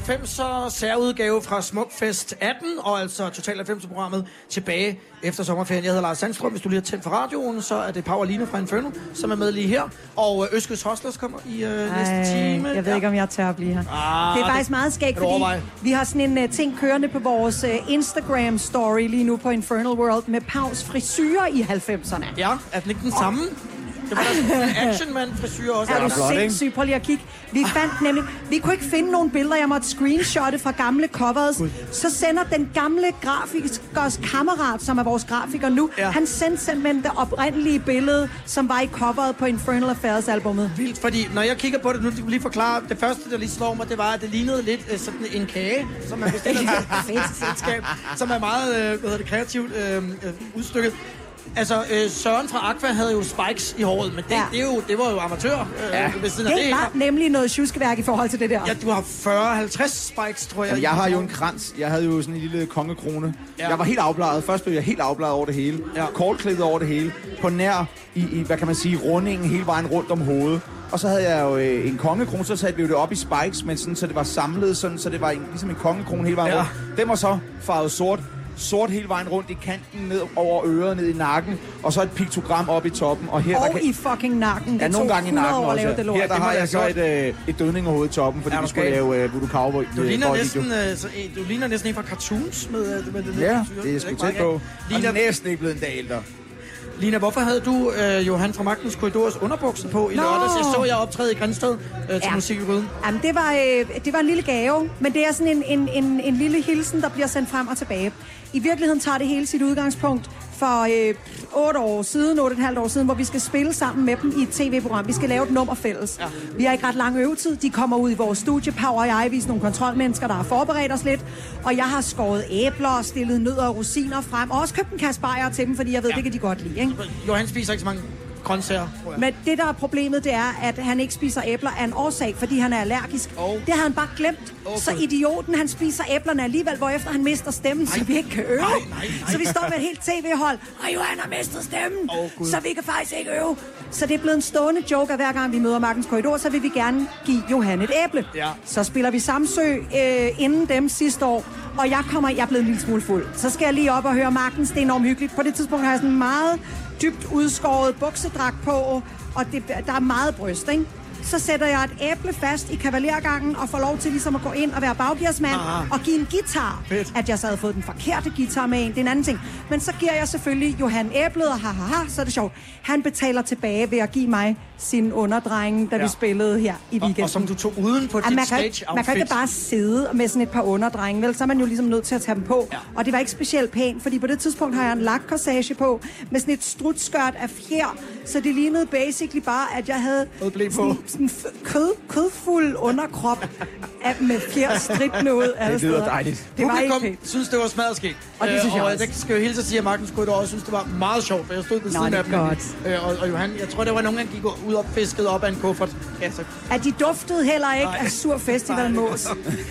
halvfemser særudgave fra Smukfest atten, og altså Total halvfemser-programmet tilbage efter sommerferien. Jeg hedder Lars Sandstrøm. Hvis du lige har tændt for radioen, så er det Pauline fra Inferno, som er med lige her. Og øh, Øskes Hostlers kommer i øh, Ej, næste time. Jeg ved ikke, om jeg tør at blive her. Ah, det er faktisk det, meget skægt, fordi overveje. vi har sådan en uh, ting kørende på vores uh, Instagram-story lige nu på Infernal World med Paus frisyrer i halvfemserne. Ja, er den ikke den samme? Det var der sådan en actionman-frisyr også. Er du flot, ikke? sindssyg? Prøv lige at kigge. Vi fandt nemlig... Vi kunne ikke finde nogen billeder. Jeg måtte screenshotte fra gamle covers. God. Så sender den gamle grafikers kammerat, som er vores grafiker nu, Ja. han sendte simpelthen det oprindelige billede, som var i coveret på Infernal Affairs-albummet. Vildt, fordi når jeg kigger på det nu, det lige forklare, det første, der lige slår mig, det var, at det lignede lidt øh, sådan en kage, som man bestiller til et selskab, som er meget, øh, hvad hedder det, kreativt øh, øh, udstykket. Altså, øh, Søren fra Aqua havde jo spikes i håret, men det, Ja. det, er jo, det var jo amatør øh, ja. ved siden af Det det. var nemlig noget tjuskeværk i forhold til det der. Ja, du har fyrre halvtreds spikes, tror jeg. Jamen, jeg har jo en krans. Jeg havde jo sådan en lille kongekrone. Ja. Jeg var helt afbladet. Først blev jeg helt afbladet over det hele. Ja. Kortklippet over det hele. På nær i, i, hvad kan man sige, rundingen hele vejen rundt om hovedet. Og så havde jeg jo øh, en kongekrone, så satte vi det op i spikes, men sådan, så det var samlet, sådan, så det var en, ligesom en kongekrone hele vejen Ja. rundt. Den var så farvet sort. Sort hele vejen rundt i kanten, ned over øret, ned i nakken, og så et piktogram op i toppen. Og her Og der kan... i fucking nakken. Ja, Det nogle tog gange i hundrede nakken år at også. lave det lort. Her der Det må har jeg jeg så godt. et, øh, et dødningehoved i toppen, fordi Er du vi skulle gal? lave uh, Voodoo Cowboy. Du ligner, øh, næsten, video. øh, så, øh, du ligner næsten en fra cartoons med, øh, med det Ja, der frisyr. det er sgu ikke tæt meget på. galt. Og Lina, næsten ikke blevet en dag ældre. Lina, hvorfor havde du øh, Johan fra Magtens Korridors underbukser på i Nå. lørdags? Jeg så jeg optræde i Grænsted øh, til Ja. musik i Røden. Jamen, det var, øh, det var en lille gave, men det er sådan en, en, en, en lille hilsen, der bliver sendt frem og tilbage. I virkeligheden tager det hele sit udgangspunkt for øh, otte år siden, otte og et halvt år siden, hvor vi skal spille sammen med dem i et tv-program. Vi skal lave et nummer fælles. Ja. Vi har ikke ret lang øvetid. De kommer ud i vores studie, Power og jeg, vi er nogle kontrolmennesker, der har forberedt os lidt. Og jeg har skåret æbler og stillet nødder og rosiner frem, og også købt en kasse bajer til dem, fordi jeg ved, ja. det kan de godt lide, ikke? Johan spiser ikke så mange grøntsager, tror jeg. Men det, der er problemet, det er, at han ikke spiser æbler af en årsag, fordi han er allergisk. Oh. Det havde han bare glemt. Oh, så Gud. idioten, han spiser æblerne alligevel, hvorefter han mister stemmen, så vi ikke kan øve. Nej, nej, nej. Så vi står med et helt tv-hold, og Johan har mistet stemmen, Oh, Gud. så vi kan faktisk ikke øve. Så det er blevet en stående joke, at hver gang vi møder Magtens Korridor, så vil vi gerne give Johan et æble. Ja. Så spiller vi Samsø øh, inden dem sidste år, og jeg kommer, jeg er blevet en lille smule fuld. Så skal jeg lige op og høre Magtens, det er enormt hyggeligt. På det tidspunkt har jeg sådan en meget dybt udskåret buksedragt på, og det, der er meget bryst, ikke? Så sætter jeg et æble fast i kavalergangen og får lov til ligesom at gå ind og være baggearsmand Aha. og give en guitar. Fedt. At jeg så havde fået den forkerte guitar med en, det er en anden ting. Men så giver jeg selvfølgelig Johan æblet, og hahaha, så er det sjovt. Han betaler tilbage ved at give mig sin underdreng, da ja. Ja. vi spillede her i Og, weekenden. og som du tog uden på Ja, dit man, kan, ikke- stage-outfit. man kan ikke bare sidde med sådan et par underdrenge, vel? Så er man jo ligesom nødt til at tage dem på. Ja. Og det var ikke specielt pænt, fordi på det tidspunkt har jeg en lakkorsage på, med sådan et strutskørt af fjer, så det lignede basically bare, at jeg havde Noget ble på. sådan, sådan f- kød, kødfuld underkrop af, med fjer stridende ud alle Det lyder steder. dejligt. Det var ikke Publikum pænt. synes, det var smadret skægt. Og det synes jeg og også. det skal jo hele tiden sige, at Magtens Korridor også synes, det var meget sjovt, for jeg stod ved Nå, siden det af er dem. godt. Øh, og, og Johan, jeg tror, det var nogen, han gik ud og fiskede op af en kuffert. Altså, At de duftede heller ikke Nej. af sur festivalmås.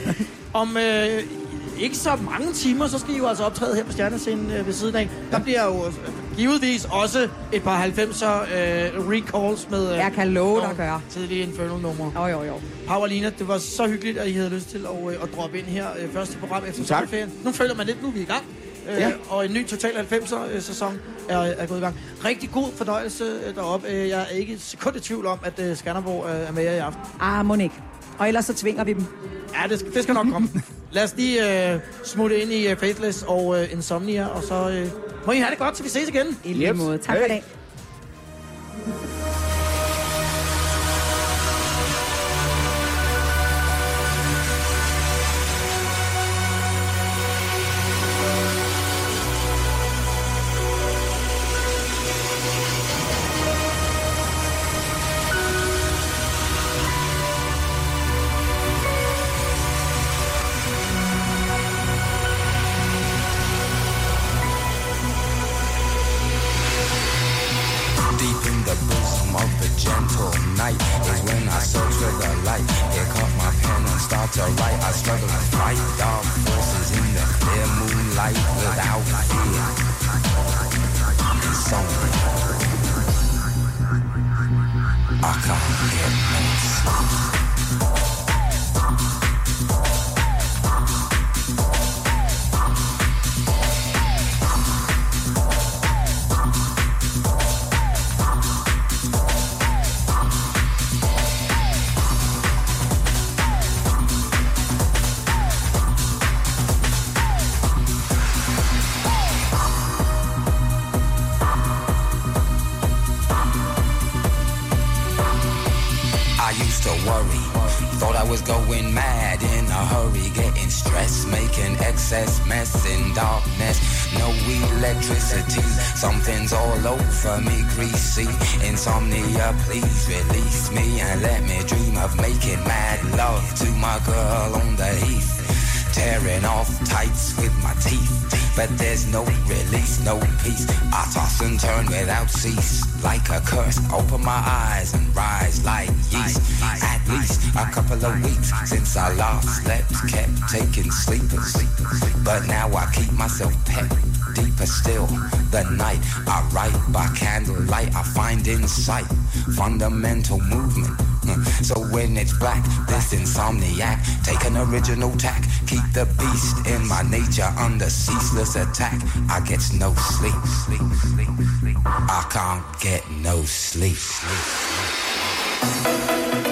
om øh, ikke så mange timer, så skal I jo altså optræde her på Stjernescenen øh, ved siden af. Der bliver jo øh, givetvis også et par halvfemser øh, recalls med... Øh, Jeg kan love dig nogle at gøre. tidlige Infernal-numre. Jo, jo, jo. Paulina, det var så hyggeligt, at I havde lyst til at, øh, at droppe ind her øh, første program efter Tak. sommerferien. Nu føler man lidt, nu er vi i gang. Øh, Ja. Og en ny Total halvfemser-sæson er, er gået i gang. Rigtig god fornøjelse øh, deroppe. Øh, Jeg er ikke et sekund i tvivl om, at øh, Skanderborg øh, er med jer i aften. Ah, må ikke. Og ellers så tvinger vi dem. Ja, det skal, det skal nok komme. Lad os lige øh, smutte ind i uh, Faithless og øh, Insomnia, og så øh, må I have det godt, til vi ses igen. I lige Yep. måde. Tak for i Hey. dag. Deep in the bosom of the gentle night is when I search for the light. Pick up my pen and start to write. I struggle to fight dark forces in the clear moonlight without fear. Insomnia. I can't get no sleep. used to worry. Thought I was going mad in a hurry, getting stressed, making excess mess in darkness. No electricity, something's all over me, greasy. Insomnia, please release me and let me dream of making mad love to my girl on the heath. Tearing off tights with my teeth, but there's no release, no peace. I toss and turn without cease, like a curse. Open my eyes and rise like yeast. At least a couple of weeks since I last slept, kept taking sleepers, but now I keep myself pet. Deeper still, the night I write by candlelight, I find insight, fundamental movement. So when it's black, this insomniac, take an original tack, keep the beast in my nature under ceaseless attack. I get no sleep, sleep, sleep, sleep. I can't get no sleep, sleep, sleep.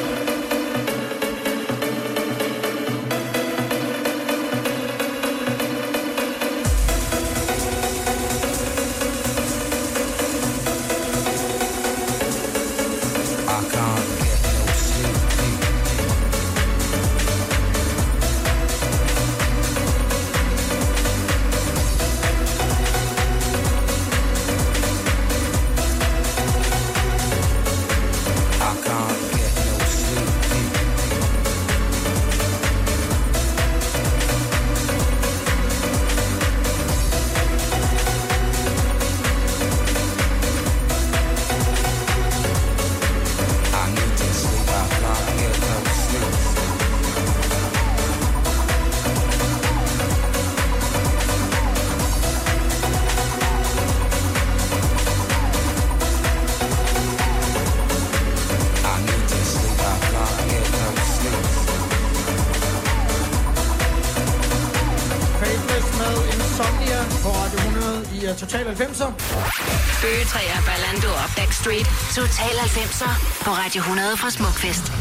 Total halvfemser. Bøgetræer, Ballando og Backstreet. Total halvfemser på Radio hundrede fra Smukfest.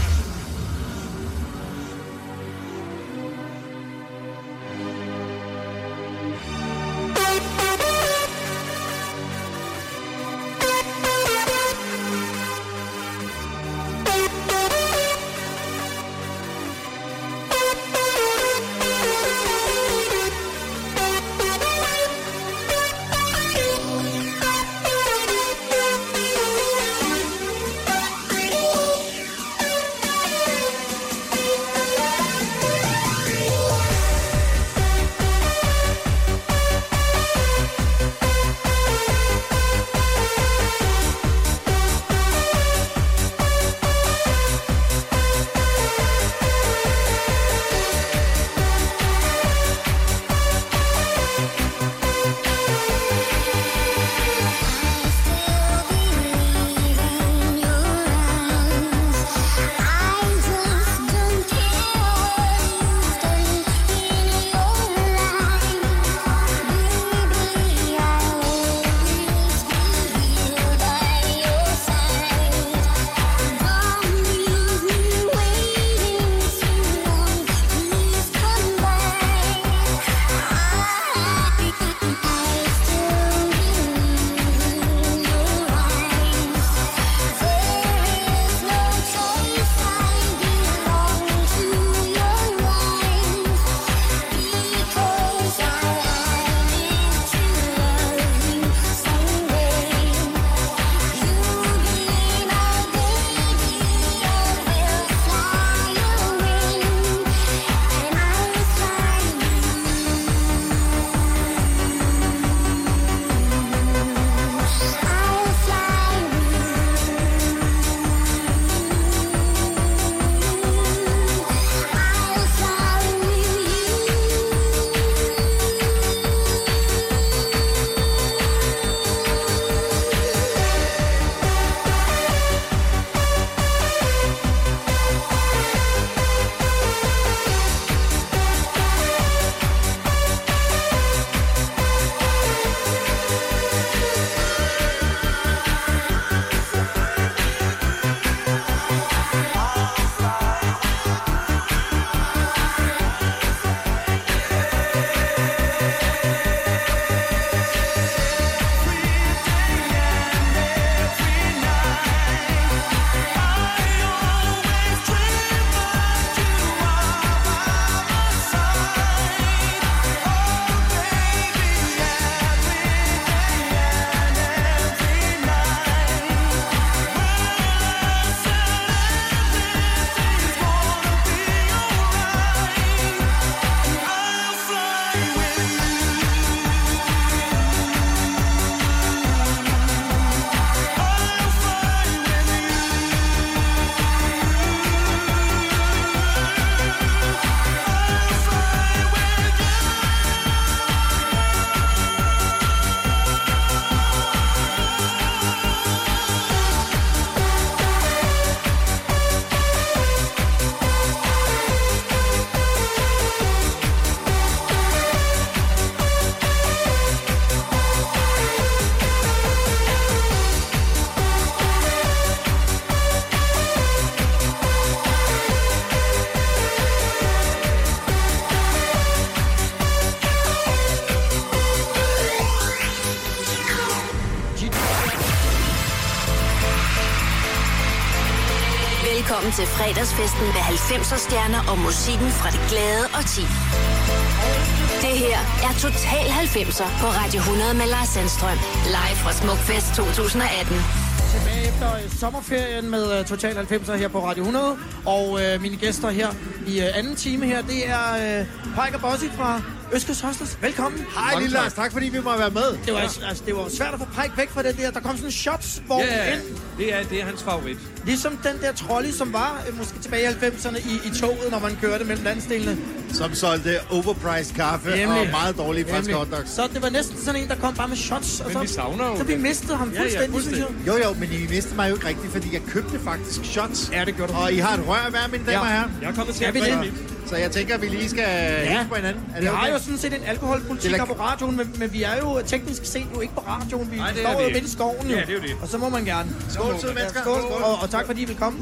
Velkommen til fredagsfesten med halvfemser stjerner og musikken fra det glade og ti. Det her er Total halvfemser på Radio hundrede med Lars Sandstrøm. Live fra Smukfest to tusind atten. Tilbage efter øh, sommerferien med uh, Total halvfemser her på Radio hundrede. Og uh, mine gæster her i uh, anden time her, det er uh, Pike og Bossy fra Østkyst Hostels. Velkommen. Hej Lille Lars, tak fordi vi må være med. Det var, altså, det var svært at få Pike væk fra det der. Der kom sådan en shots-vogn ja, ind. Det er, det er hans favorit. Ligesom den der trolley, som var øh, måske tilbage i halvfemserne i, i toget, når man kørte mellem landsdelene. Som solgte overpriced kaffe Nemlig. og meget dårlige franske hotdogs. Så det var næsten sådan en, der kom bare med shots. Men og vi så, savner jo Så vi det. mistede ham fuldstændig, ja, ja, fuldstændig. synes jeg. Jo, jo, men I mistede mig jo ikke rigtigt, fordi jeg købte faktisk shots. Ja, det gjorde du. Og I har et rør hver, mine damer og herrer. Jeg er kommet til at vi det. Så jeg tænker, at vi lige skal ja. hilse på hinanden. Er vi har okay? jo sådan set en alkoholpolitik her på radioen, men, men vi er jo teknisk set jo ikke på radioen. Vi Nej, det står jo midt i skoven jo. Ja, det er jo det. Og så må man gerne. Skål, søde mennesker. Skål, og, og tak fordi I vil komme.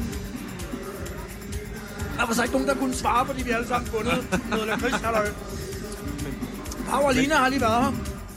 Der var så ikke nogen, der kunne svare, fordi vi alle sammen fundet noget lakrids. Pau og Lina har lige været her.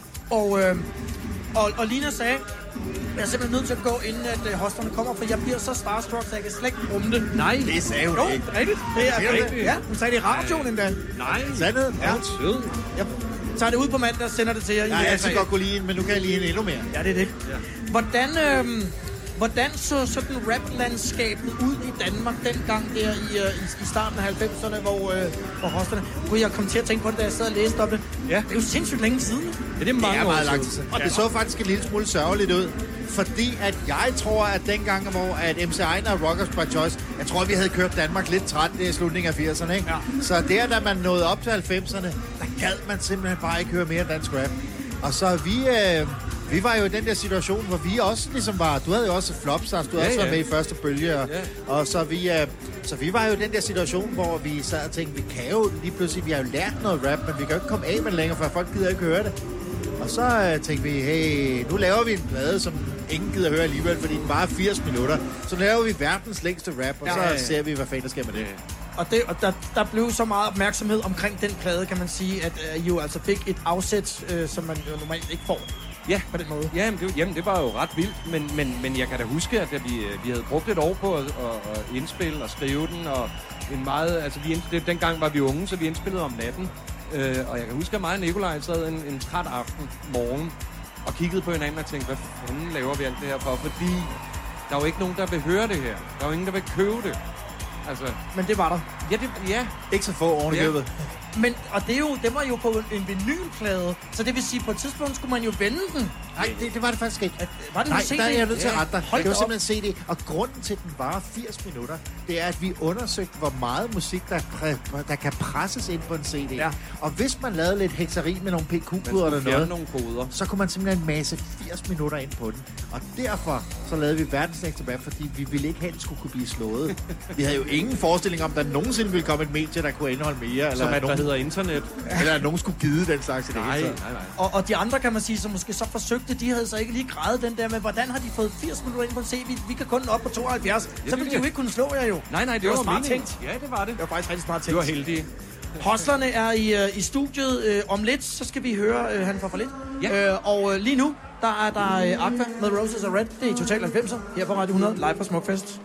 Og, øh, og, og Lina sagde, jeg er simpelthen nødt til at gå, inden at øh, hosterne kommer, for jeg bliver så starstruck, så jeg kan slet ikke rumme det. Nej, det sagde hun jo, ikke. Det er rigtigt. Det er rigtigt. Ja, hun sagde det i radioen endda. Nej. Sandhed? Ja. Sød. Jeg tager det ud på mandag og sender det til jer. Nej, jeg skal godt kunne lide men nu kan jeg lide hende endnu mere. Ja, det er det. Ja. Hvordan, øh, hvordan så sådan rap-landskabet ud i Danmark dengang der i, øh, i, i starten af halvfemserne, hvor, øh, hvor hosterne... Kunne jeg komme til at tænke på det, da jeg sad og læste om det? Ja. Det er jo sindssygt længe siden. Ja, det er mange det er år meget lang tid siden. siden. Og det så faktisk en lille smule sørgeligt ud. Fordi at jeg tror, at dengang, hvor at M C Ejner og Rockers by Choice, jeg tror, vi havde kørt Danmark lidt træt i slutningen af firserne, ikke? Ja. Så der, da man nåede op til halvfemserne, der gad man simpelthen bare ikke høre mere dansk rap. Og så vi, øh, vi var jo i den der situation, hvor vi også ligesom var, du havde jo også Flopstars, du havde ja, også været ja. med i første bølge, og, ja. og så vi, øh, så vi var jo i den der situation, hvor vi sad og tænkte, vi kan jo lige pludselig, vi har jo lært noget rap, men vi kan jo ikke komme af med det længere, for folk gider ikke høre det. Og så øh, tænkte vi, hey, nu laver vi en plade, som ingen gider høre alligevel, fordi den varer firs minutter. Så laver vi verdens længste rap, og ja, så ja, ja. ser vi, hvad fanden der sker med det. Og, det, og der, der blev så meget opmærksomhed omkring den plade, kan man sige, at øh, I jo altså fik et afsæt, øh, som man jo normalt ikke får. Ja, på den måde. Ja, jamen det, jamen, det var jo ret vildt, men, men, men jeg kan da huske, at vi, vi havde brugt et år på at, at, at indspille og skrive den, og en meget, altså vi det, dengang var vi unge, så vi indspillede om natten. Øh, og jeg kan huske, at mig og Nikolaj sad en, en træt aften morgen og kiggede på hinanden og tænkte, hvad fanden laver vi alt det her for? Fordi der er jo ikke nogen, der vil høre det her. Der er jo ingen, der vil købe det. Altså, men det var der. Ja, det, ja. Ikke så få oven i ja. købet. Men, og det, er jo, det var jo på en vinylplade, så det vil sige, på et tidspunkt skulle man jo vende den. Nej, det, det var det faktisk ikke. Var det Nej, C D? der er jeg nødt til at rette dig. Hold det var op. simpelthen C D, og grunden til, at den varer firs minutter, det er, at vi undersøgte, hvor meget musik, der, præ- der kan presses ind på en C D. Ja. Og hvis man lavede lidt hekseri med nogle P Q-koder eller noget, nogle koder. så kunne man simpelthen masse firs minutter ind på den. Og derfor så lavede vi verdens næste band, fordi vi ville ikke have, at den skulle kunne blive slået. Vi havde jo ingen forestilling om, at der nogensinde ville komme et medie, der kunne indeholde mere. Eller som at nogen, der hedder internet. Eller at nogen skulle give den slags i det nej, hele nej, nej. Og, og de andre, kan man sige, som måske så forsøgte, de havde så ikke lige grædet den der med, hvordan har de fået firs minutter ind på en C D? Vi, vi kan kun op på tooghalvfjerds. Ja, så ville de jo ikke kunne slå jer jo. Nej, nej, det, det var, var smart meningen. tænkt. Ja, det var det. Det var faktisk rigtig smart tænkt. Det var heldigt. Hostlerne er i, uh, i studiet uh, om lidt, så skal vi høre uh, han for for lidt. Ja. Uh, og uh, lige nu, der er der uh, Aqua med Roses og Red. Det er Total halvfemser her på Radio hundrede, live fra Smukfest.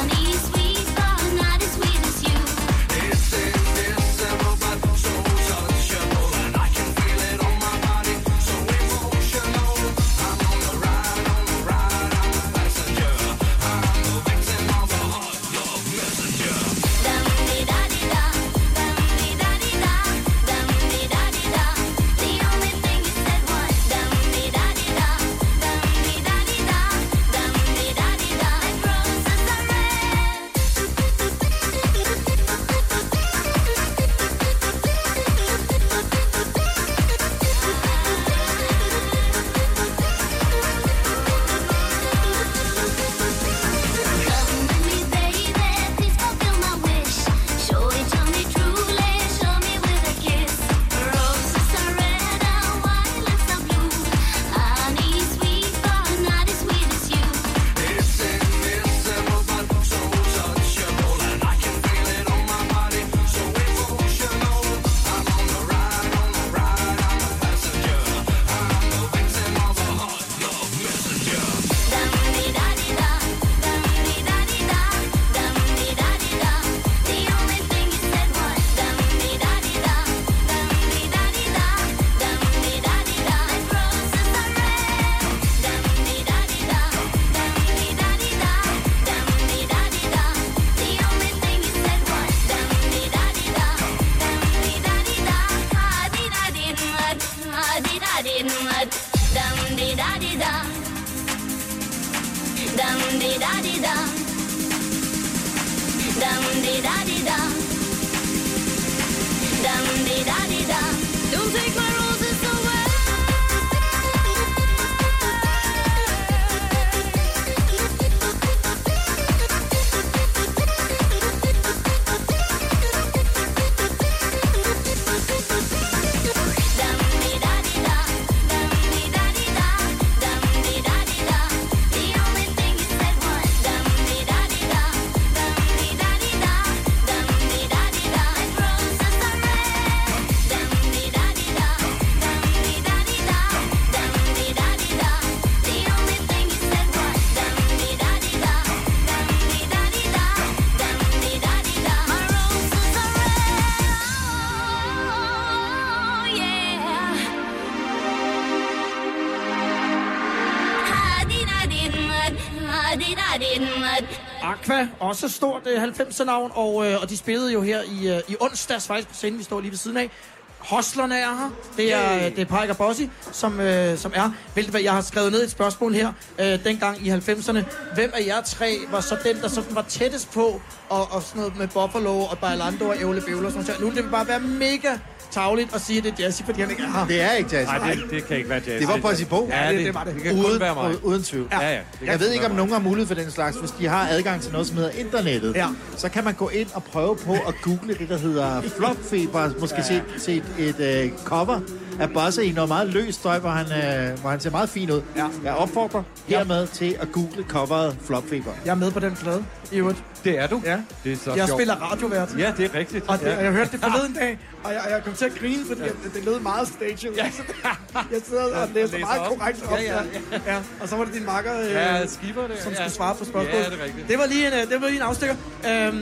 It's in December, but so dum-dee-da-dee-dum. Dum-dee-da-dee-dum. Dum-dee-da-dee-dum. Don't take my roses away. Aqua, også stort uh, halvfemser-navn, og, uh, og de spillede jo her i, uh, i onsdags faktisk på scenen, vi står lige ved siden af. Hustlerne er her. Det er, yeah. det er Pike og Bossy, som, øh, som er. Hvilket, jeg har skrevet ned et spørgsmål her, øh, dengang i halvfemserne. Hvem af jer tre var så den, der sådan var tættest på, og, og sådan noget med Buffalo og Bailando og Ævle Bævler og sådan noget. Nu vil det bare være mega tavligt at sige, at det er Jazzy, fordi han ikke er her. Det er ikke Jazzy. Nej, det, det kan ikke være Jazzy. Det var Bossy Bo. Ja, det, det var det. Det kan uden, kun være mig. Uden tvivl. Ja, ja. Jeg ved ikke, om nogen har mulighed for den slags. Hvis de har adgang til noget, som hedder internettet, ja. så kan man gå ind og prøve på at google det, der hedder Flopfeber. Måske ja. se et, et, et uh, cover af Bossy i noget meget løst støj, hvor han, uh, hvor han ser meget fin ud. Ja. Jeg opfordrer ja. hermed til at google coveret Flopfeber. Jeg er med på den plade, i øvrigt. Det er du. Ja. Det er så jeg sjovt. spiller radiovært. Ja, det er rigtigt. Og det, ja. jeg hørte det forleden dag, og jeg, jeg kom til at grine, fordi ja. det, det lød meget staged. Ja. Jeg sidder og læser meget op. korrekt op. Ja, ja, ja. Ja. Og så var det din makker, øh, ja, Skipper, det. som ja. skulle svare på spørgsmål. Ja, det er rigtigt. Det var lige en, det var lige en afstikker. Øhm,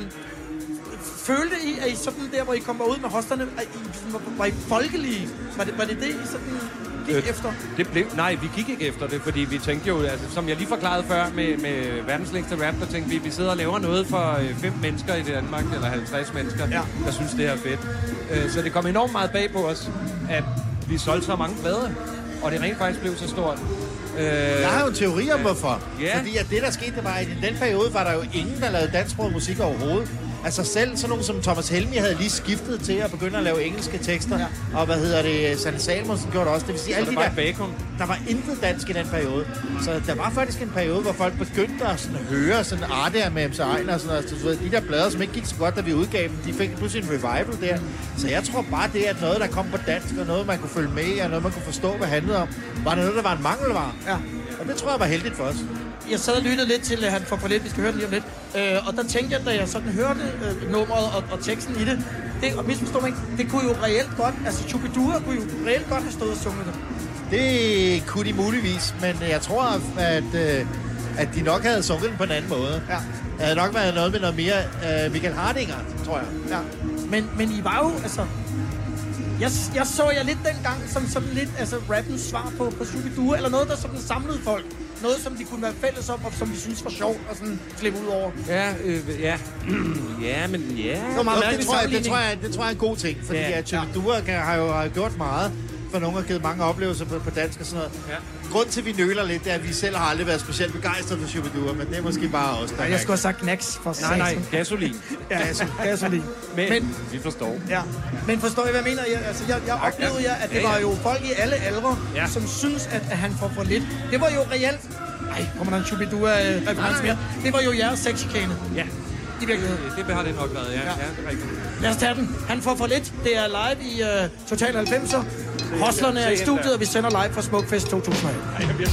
følte I, at I sådan der, hvor I kom ud med hosterne, at I, var, var I folkelige? Var det, var det det, I sådan gik øh, efter? Det blev, nej, vi gik ikke efter det, fordi vi tænkte jo, altså, som jeg lige forklarede før med, med verdens længste rap, der tænkte vi, vi sidder og laver noget for øh, fem mennesker i Danmark, eller halvtreds mennesker, ja. der synes, det er fedt. Øh, så det kom enormt meget bag på os, at vi solgte så mange plader, og det rent faktisk blev så stort. Øh, jeg har jo en teori om, hvorfor. Yeah. Fordi at det, der skete, det var, at i den periode var der jo ingen, der lavede dansksproget musik overhovedet. Altså selv sådan nogen som Thomas Helmig havde lige skiftet til at begynde at lave engelske tekster. Ja. Og hvad hedder det, Sanne Salmonsen gjorde det også. Det vil sige, alle de der, bacon. der var intet dansk i den periode. Så der var faktisk en periode, hvor folk begyndte at sådan høre sådan arter med M C Ejner og sådan noget. De der plader, som ikke gik så godt, da vi udgav dem, de fik pludselig en revival der. Så jeg tror bare, det er noget, der kom på dansk, og noget, man kunne følge med i, og noget, man kunne forstå, hvad det handlede om. Var det noget, der var en mangelvare? Ja. Og det tror jeg var heldigt for os. Jeg sad og lyttede lidt til, at han får for lidt, vi skal høre den lige om lidt. Øh, og der tænkte jeg, da jeg sådan hørte øh, nummeret og, og teksten i det, det, og misforstår mig ikke, det kunne jo reelt godt, altså Chubidua kunne jo reelt godt have stået og sunget det. Det kunne de muligvis, men jeg tror, at, øh, at de nok havde sunget den på en anden måde. Ja. Det havde nok været noget med noget mere øh, Michael Hardinger, tror jeg. Ja. Men, men I var jo, altså... Jeg, jeg så jer lidt dengang som sådan lidt, altså rappens svar på, på Chubidua, eller noget, der sådan samlede folk. Noget, som de kunne være fælles om, og som de synes var sjovt og sådan slippe ud over. Ja, øh, ja. ja, men ja. Det, var meget jo, det, tror jeg, det, tror jeg, det tror jeg er en god ting, fordi ja. at Chubidua ja. har jo har gjort meget for nogen, har givet mange oplevelser på, på dansk og sådan noget. Ja. Grunden til, at vi nøler lidt, det er, at vi selv har aldrig været specielt begejstrede for Chubidua, men det er måske bare os, der ja, jeg skulle have sagt Knacks for Nej, nej, gasolin. ja, gasolin. Men, men vi forstår. Ja. Men forstår I, hvad jeg mener? Jeg, altså, jeg, jeg oplevede jer, at det ja, ja. var jo folk i alle aldre, ja. som synes, at, at han får for lidt. Det var jo reelt... Ej, kommer der en Chubidua-reference mere? Det var jo jeres sexchikane. Ja. I virkeligheden. Det, det har det nok været, ja. ja. ja det er rigtigt. Lad os tage den. Han får for lidt. Det er live i uh, Total halvfemser. Hustlerne er i studiet, og vi sender live fra Smukfest to tusind og atten. Ej, jeg bliver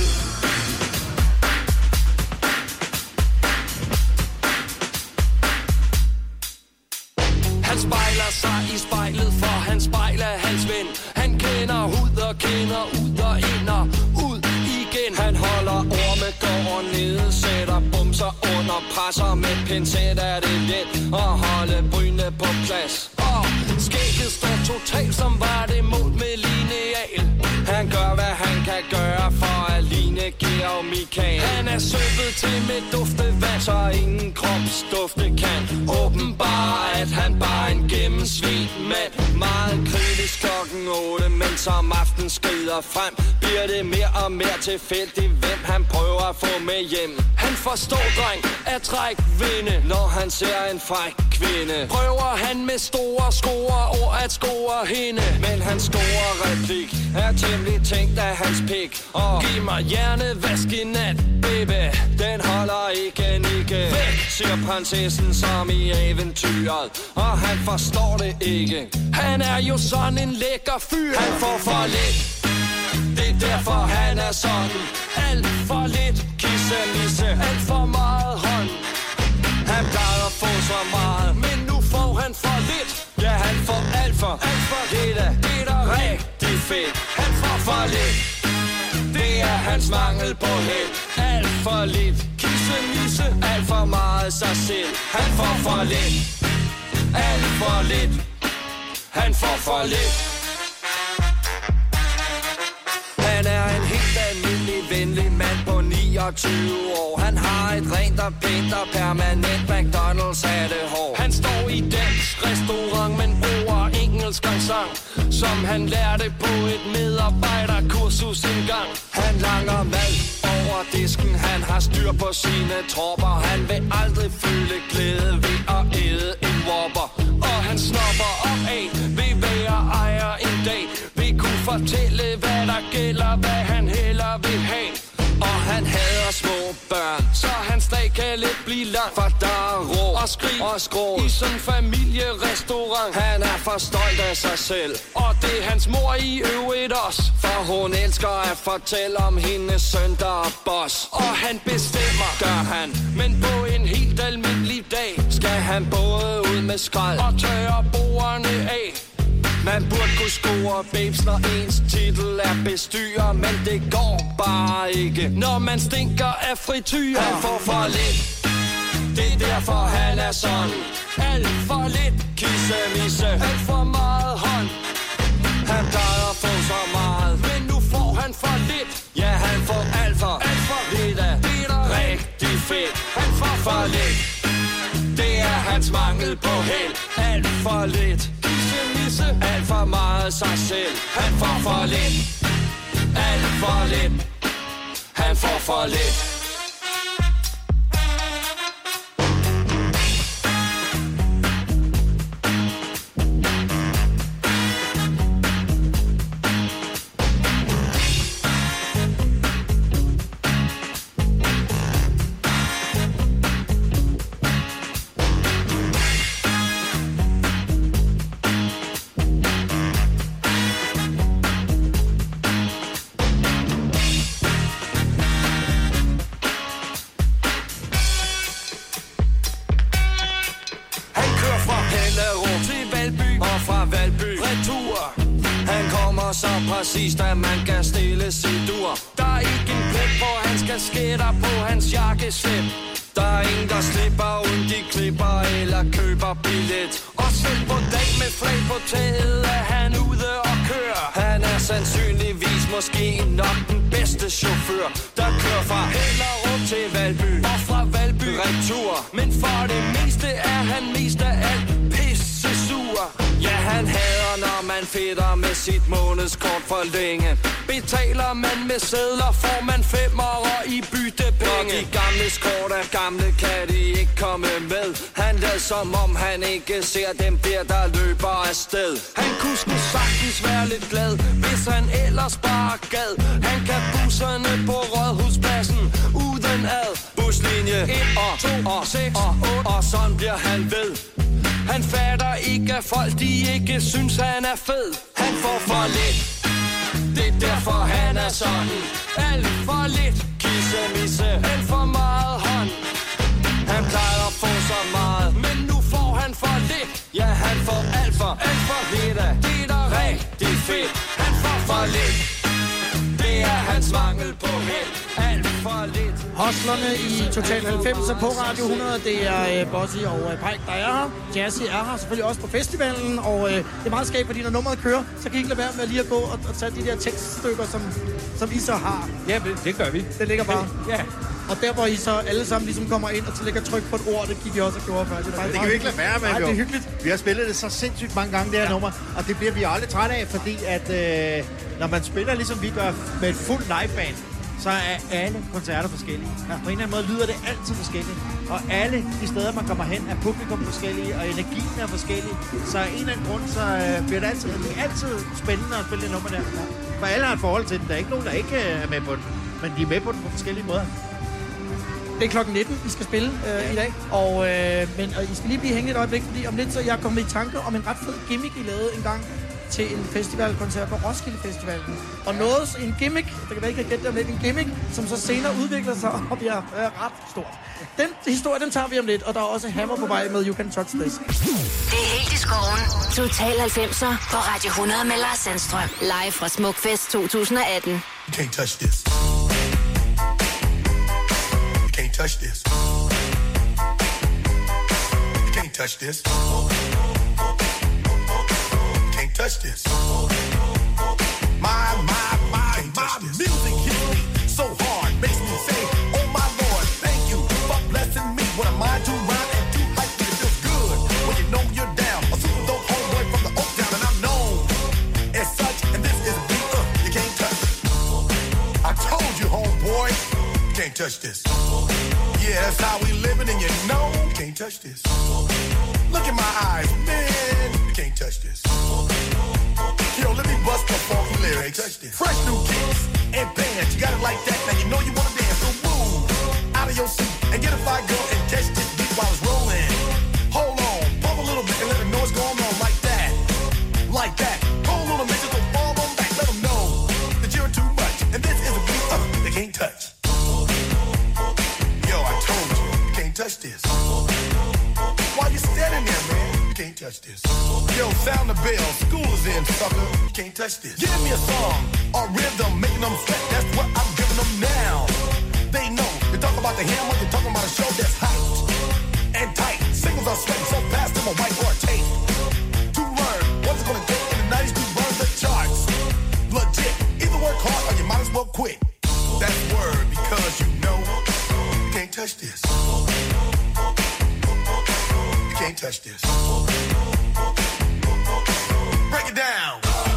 Han spejler sig i spejlet, for han spejler hans ven. Han kender hud og kender ud og ind og ud igen. Han holder ormegården nede, sætter bumser under, presser med pincet, er det let at holde brynene på plads. Og skægget står totalt, som var det mod med lineal. Han gør, hvad han kan gøre for at ligne Georg Michael. Han er søbet til med duftevand, så ingen kropsdufte kan åbenbare, at han bare er en gennemsvigt mand. Meget kritisk klokken otte, men som aften skrider frem, bliver det mere og mere tilfældigt, hvem han prøver at få med hjem. Han forstår, dreng, at træk vinde, når han ser en fræk kvinde. Prøver han med store score ord at score hende, men hans store replik er temmelig tænkt af hans pik. Og giv mig hjernevask i nat, baby, den holder ikke nikke. Væk, siger prinsessen som i eventyret, og han forstår det ikke. Han er jo sådan en lækker fyr. Han får for lidt, det er derfor han er sådan. Alt for lidt kissemisse, alt for meget hånd. Han plejede at få så meget, men nu får han for lidt. Ja, han får alt for, alt for lidt af det, der er rigtig fedt. Han får for lidt, det er hans mangel på held. Alt for lidt kissemisse, alt for meget sig selv. Han får for lidt, alt for lidt. Han får for lidt. Han er en helt almindelig, venlig mand på niogtyve år. Han har et rent og pænt og permanent McDonald's hattehår. Han står i dansk restaurant, men bruger engelsk sang, som han lærte på et medarbejderkursus engang. Han langer mad over disken, han har styr på sine tropper. Han vil aldrig føle glæde ved at æde en Whopper. Og han snopper op af ved hver ejer en dag. Vi kunne fortælle, hvad der gælder, hvad han heller vil have. Og han hader små børn, så hans dag kan let blive lang. For der er rå og skrig og skrå i sådan en familierestaurant. Han er for stolt af sig selv, og det er hans mor i øvrigt også. For hun elsker at fortælle om hendes søn, der er boss. Og han bestemmer, gør han, men på en helt almindelig dag skal han både ud med skrald og tørre bordene af. Man burde kunne score babes, når ens titel er bestyrer, men det går bare ikke, når man stinker af frityr. Han får for lidt, det er derfor han er sådan. Alt for lidt kissemisse, alt for meget hånd. Han plejede at få så meget, men nu får han for lidt. Ja, han får alt for, alt for lidt af det, der er rigtig fedt. Han får for lidt, det er hans mangel på held. Alt for lidt kissemisse, alt for meget sig selv. Han får for lidt, alt for lidt. Han får for lidt. Præcis, da man kan stille sit ur. Der er ikke en plet, hvor han skal skætter på hans jakkeslip. Der er ingen, der slipper uden de klipper eller køber billet. Og selv på dag med flag på taget er han ude og kører. Han er sandsynligvis måske nok den bedste chauffør, der kører fra Hellerup til Valby og fra Valby retur. Men for det meste er han mest af alt pisse sur. Ja, han hader, når man fedter med sit månedskort for længe. Betaler man med sedler, får man femmer i byttepenge. Når de gamle kort er gamle, kan de ikke komme med. Han lader som om han ikke ser dem der, der løber afsted. Han kunne sgu sagtens være lidt glad, hvis han ellers bare gad. Han kan busserne på Rådhuspladsen uden ad. Buslinje et og to og seks og otte, og sådan bliver han ved. Han fatter ikke, at folk de ikke synes, han er fed. Han får for lidt, det er derfor han er sådan. Alt for lidt kissemisse, alt for meget hånd. Han plejer at få så meget, men nu får han for lidt. Ja, han får alt for, alt for lidt af det, der er rigtig fedt. Han får for lidt, det er hans mangel på held. Alt for lidt. Hustlerne i Total halvfemser på Radio hundrede. Det er uh, Bossy og uh, Pike, der er her. Jazzy er her selvfølgelig også på festivalen. Og uh, det er meget skægt, fordi når nummeret kører, så kan I ikke lade være med at lige at gå og, og tage de der tekststykker, som, som I så har. Ja, det, det gør vi. Det ligger bare. Ja. Og der, hvor I så alle sammen ligesom kommer ind og så lægger tryk på et ord, det gik I også og gjorde før. Det, det kan vi ikke lade være med, Nej, jo. det er hyggeligt. Vi har spillet det så sindssygt mange gange, det her ja. nummer, og det bliver vi aldrig træt af, fordi at øh, når man spiller, ligesom vi gør, med et fuldt liveband, så er alle koncerter forskellige. Ja. På en eller anden måde lyder det altid forskelligt. Og alle de steder, man kommer hen, er publikum forskellige, og energien er forskellig. Så af en eller anden grund, så øh, bliver det altid, det er altid spændende at spille det nummer der. Ja. For alle har et forhold til den. Der er ikke nogen, der ikke øh, er med på den. Men de er med på den på forskellige måder. Det er klokken nitten, vi skal spille øh, ja. i dag. Og, øh, men, og I skal lige blive hængende et øjeblik, fordi om lidt så jeg er kommet i tanke om en ret fed gimmick, I lavede en gang til en festivalkoncert på Roskilde Festivalen. Og noget, en gimmick, der kan være ikke gætte det om lidt, en gimmick, som så senere udvikler sig og bliver øh, ret stort. Den historie, den tager vi om lidt, og der er også Hammer på vej med You Can Touch This. Det er helt i skoven. Total halvfemser på Radio hundrede med Lars Sandstrøm. Live fra Smukfest to tusind atten. You can't touch this. You can't touch this. You can't touch this. Touch this. My, my, my, my music hits me so hard, makes me say, oh my Lord, thank you for blessing me. When I'm mind to rhyme and too hype, it feels good. When you know you're down, a super dope homeboy from the Oak Town, and I'm known as such, and this is a beat uh, you can't touch. I told you, homeboy, you can't touch this. Yeah, that's how we living, and you know you can't touch this. Look in my eyes, man, you can't touch this. Yo, let me bust the funky lyrics. Fresh new kicks and bands. You got it like that. Now you know you wanna dance. So move out of your seat and get a fire girl and catch this beat while it's rolling. Hold on, pump a little bit and let them know what's going on like that. Like that. Hold on a minute, just go fall on back. Let them know that you're too much. And this is a beat uh, they can't touch. Yo, I told you, you can't touch this. Why you standing there, man? You can't touch this. Yo, sound the bell. School is in, sucker. You can't touch this. Give me a song or rhythm, making them sweat. That's what I'm giving them now. They know. You talk about the hammer, you're talking about a show that's hyped and tight. Singles are sweating so fast, them a whiteboard tape. To learn what's it gonna take in the nineties to burn the charts. Legit. Either work hard or you might as well quit. That's word because you know you can't touch this. You can't touch this. Break it down.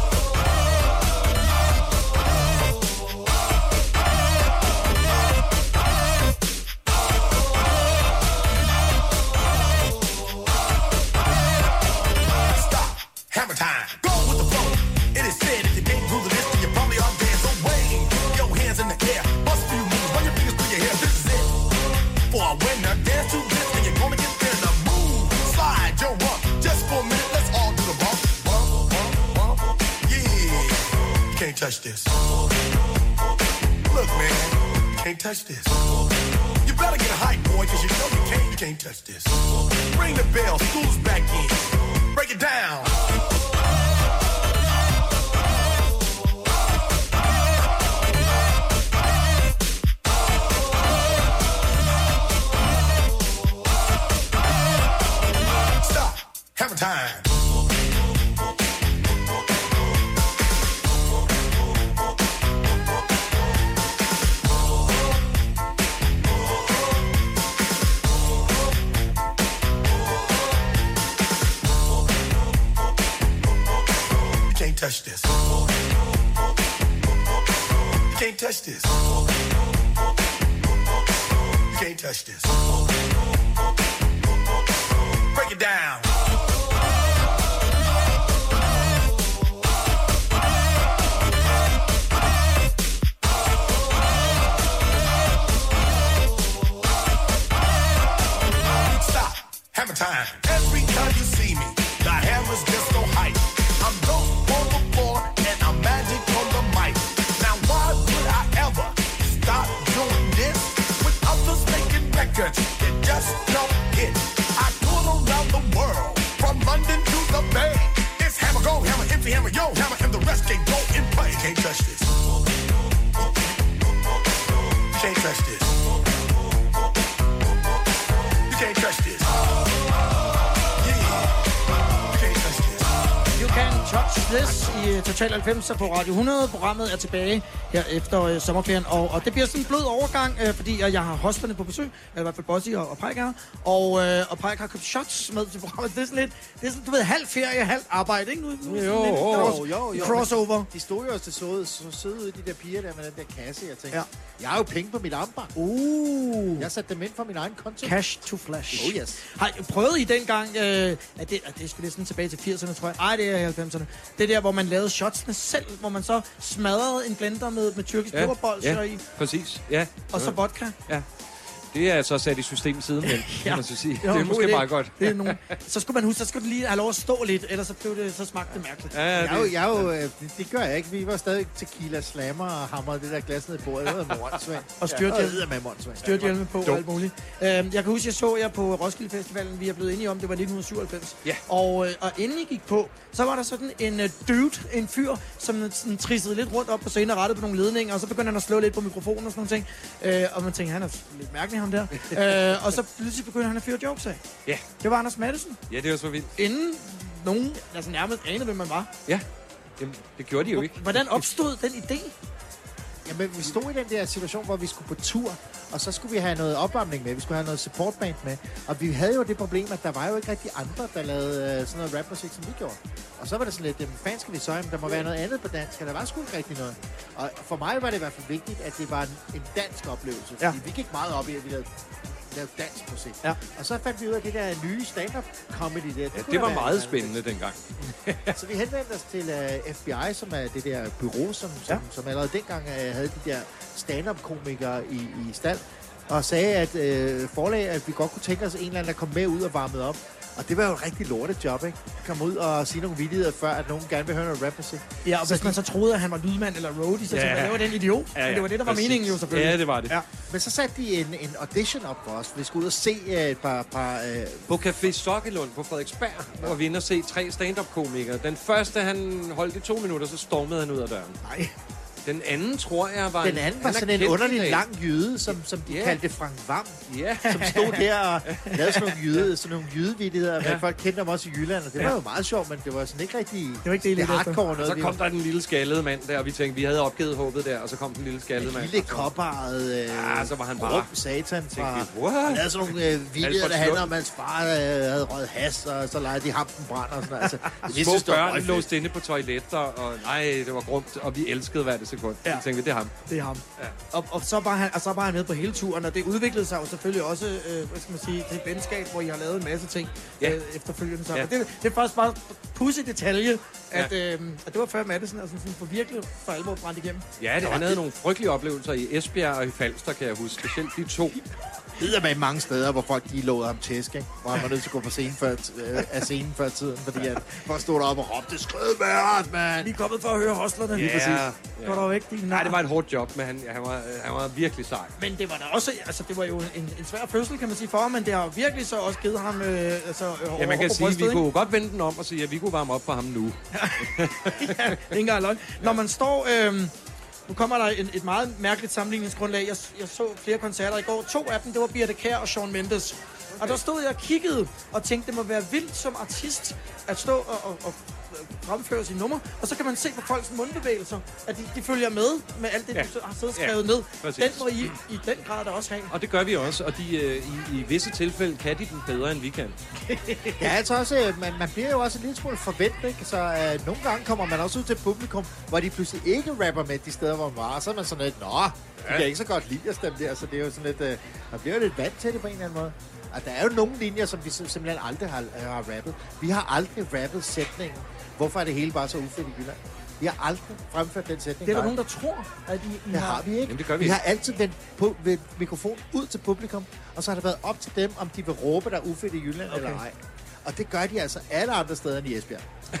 Stop. Hammer time. Go with the flow. It is said if you can't do the list, then you probably are dead. So wave your hands in the air. Bust a few moves. Run your fingers through your hair. This is it. For a winner, dance to this, and you're gonna get there. The move. Slide your rump. Just for a minute, let's all do the bump. Bump, bump, bump. Yeah. You can't touch this. Look, man. You can't touch this. You better get a hype, boy, cause you know you can't, you can't touch this. Ring the bell. School's back in. Break it down. Hammer time. You can't touch this. You can't touch this. You can't touch this. Break it down. Hammer time. Every time you see me, the hammer's just so hype. I'm dope on the floor and I'm magic on the mic. Now why would I ever stop doing this? With others making records that just don't hit. I tour around the world, from London to the Bay. It's hammer go, hammer empty, hammer yo, hammer, and the rest can go and play. You can't touch this. You can't touch this. You can't touch this. Touch This i Total halvfems på Radio hundrede. Programmet er tilbage her efter øh, sommerferien, og, og det bliver sådan en blød overgang, øh, fordi jeg, jeg har hosterne på besøg, i hvert fald Bossy og, og Pike her, og, øh, og Pike har købt shots med til programmet. Det er sådan lidt, det er sådan, du ved, halv ferie, halv arbejde, ikke? Nu, nu, Jo, lidt jo, jo, jo. crossover. De stod jo også til søde, så søde ud, de der piger der med den der kasse. Jeg tænkte, Ja. jeg har jo penge på mit armbånd. Uh. Jeg satte dem ind fra min egen konto. Cash to flash. Oh yes. Har I prøvet I dengang, øh, at det, at det skulle sådan tilbage til firserne, tror jeg. Ej, det er halvfemserne. Det der, hvor man lavede shotsene selv, hvor man så smadrede en blender med, med tyrkisk Ja, peberbolser ja, i, præcis. Ja. og så vodka. Ja. Det er så sat i systemet siden, men Ja. kan man så sige. Jo, Det er god måske idé. meget godt. Det er nogen. Så skulle man huske, så skulle det lige have lov at stå lidt, ellers så, blev det, så smagte det mærkeligt. Ja, Jeg, er jo, det, jeg er jo, øh, det, det gør jeg ikke. Vi var stadig tequila slammer og hamrede det der glas ned i bordet. Det var Mordsvand. Og styrthjelm. Ja, med Mordsvand. Styrthjelme på Jo. og alt muligt. Øhm, jeg kan huske, jeg så jer på Roskilde Festivalen. Vi er blevet enige om, det var nitten syvoghalvfems. Ja. Og, øh, og inden I gik på, så var der sådan en uh, dude, en fyr, som sådan trissede lidt rundt op på scenen og rettede på nogle ledninger, og så begyndte han at slå lidt på mikrofonen og sådan nogle ting. Øh, og man tænkte, han er lidt mærkelig, ham der. øh, og så pludselig begyndte han at fyre jokes af. Ja. Det var Anders Matthesen. ja, det er jo så vildt. Inden nogen altså nærmest anede, hvem man var. Ja, Jamen, det gjorde de jo ikke. Hvordan opstod den idé? Jamen, vi stod i den der situation, hvor vi skulle på tur, og så skulle vi have noget opvarmning med, vi skulle have noget supportband med, og vi havde jo det problem, at der var jo ikke rigtig andre, der lavede uh, sådan noget rapmusik, som vi gjorde. Og så var det sådan lidt, jamen, fanden skal vi så, jamen, der må være noget andet på dansk, og der var sgu ikke rigtig noget. Og for mig var det i hvert fald vigtigt, at det var en, en dansk oplevelse, fordi Ja. vi gik meget op i, at vi lavede lavede dansk musik. Ja. Og så fandt vi ud af det der nye stand-up comedy der. Det, Ja, kunne det da var være meget en- spændende dengang. Så vi henvendte os til uh, F B I, som er det der bureau, som, som, Ja. som allerede dengang uh, havde de der stand-up-komikere i, i stand, og sagde, at uh, forlag, at vi godt kunne tænke os en eller anden, der kom med ud og varmede op. Og det var jo et rigtig lortet job, ikke? Komme ud og sige nogle vittigheder, før at nogen gerne vil høre noget rapmusik. Ja, og hvis man så troede, at han var lydmand eller roadie, så Ja. tænkte man, det var den idiot. Ja, ja, Men det var det, der var præcis. meningen jo selvfølgelig. Ja, det var det. Ja. Men så satte de en, en audition op for os. Vi skulle ud og se uh, et par... par uh, På Café Sokkelund på Frederiksberg, hvor vi inde og se tre stand-up-komikere. Den første, han holdt i to minutter, så stormede han ud af døren. Nej. Den anden, tror jeg, var den anden var han er sådan en kendt i underlig dag. lang jyde, som, som de Ja. kaldte Frank Vam. Ja. Som stod der og lavede sådan nogle jyde, sådan nogle jydevittigheder, Ja. men folk kendte dem også i Jylland, og det Ja. var jo meget sjovt, men det var sådan ikke rigtig... Det var ikke det, I det ledte efter. hardcore noget. Så vi kom var- der den lille skaldede mand der, og vi tænkte, vi havde opgivet håbet der, og så kom den lille skaldede mand. lille kopparret øh, Ja, så var han bare- rum satan fra... Tænkte vi, what? Han lavede sådan nogle øh, videoer, Alfred der handler Slund. om, at hans far øh, havde røget has, og så legede de hampen brænder og sådan noget. Altså, vi Små synes, det var børn røgfedt. låst inde på toiletter, og nej, det var grumt, og vi elskede hver det sekund. Ja. Ja. Så tænkte vi, det er ham. Det er ham. Ja. Og, og, så var han, og så var han med på hele turen, og det udviklede sig jo selvfølgelig også, øh, hvad skal man sige, til et venskab, hvor I har lavet en masse ting Ja. øh, efterfølgende. Så. Ja. Og det, det er faktisk bare pudsig detalje, at, øh, at det var før Madison, altså sådan for virkelig for alvor brændt igennem. Ja, det, han havde nogle frygtelige oplevelser i Esbjerg og i Falster, kan jeg huske. Specielt de to. Det er med mange steder, hvor folk de lovede ham tæsk, ikke? Hvor han var nødt til at gå på scenen før, øh, af scenen før tiden, fordi at folk stod deroppe og råbte, skrid med os, mand! Vi er kommet for at høre hostlerne. Lige præcis. Går der jo ikke, din Nej, det var et hårdt job, men han, han, var, han var virkelig sej. Men det var da også, altså det var jo en, en svær fødsel, kan man sige, for ham, men det har jo virkelig så også givet ham, øh, altså, øh, Ja, man kan på sige, at brystet, vi ikke? kunne jo godt vende den om og sige, at vi kunne varme op for ham nu. Ja, ikke engang løgn. Når man står... Øh, nu kommer der et, et meget mærkeligt sammenligningsgrundlag. Jeg, jeg så flere koncerter i går. To af dem, det var Birthe Kjær og Shawn Mendes. Okay. Og der stod jeg og kiggede og tænkte, det må være vildt som artist at stå og, og, og fremføre sine numre. Og så kan man se på folks mundbevægelser, at de, de følger med med alt det, Ja. du har siddet og Ja, skrevet ned. præcis. Den må I i den grad da også have. Og det gør vi også, og de, øh, i, i visse tilfælde kan de den bedre, end vi kan. Ja, altså også, øh, man, man bliver jo også en lille smule forventet, ikke? Så øh, nogle gange kommer man også ud til publikum, hvor de pludselig ikke rapper med de steder, hvor man var. Og så er man sådan lidt, nå, de kan ikke så godt lide os dem der, så det er jo sådan lidt, øh, man bliver jo lidt vant til det på en eller anden måde. Og der er jo nogle linjer, som vi sim- simpelthen aldrig har, øh, har rappet. Vi har aldrig rappet sætningen, hvorfor er det hele bare så ufedt i Jylland? Vi har aldrig fremført den sætning. Det er der live. nogen, der tror, at I, I Det har vi ikke. Jamen, det gør vi vi ikke. har altid vendt på, ved mikrofon ud til publikum, og så har det været op til dem, om de vil råbe, der er ufedt i Jylland okay. eller ej. Og det gør de altså alle andre steder end i Esbjerg.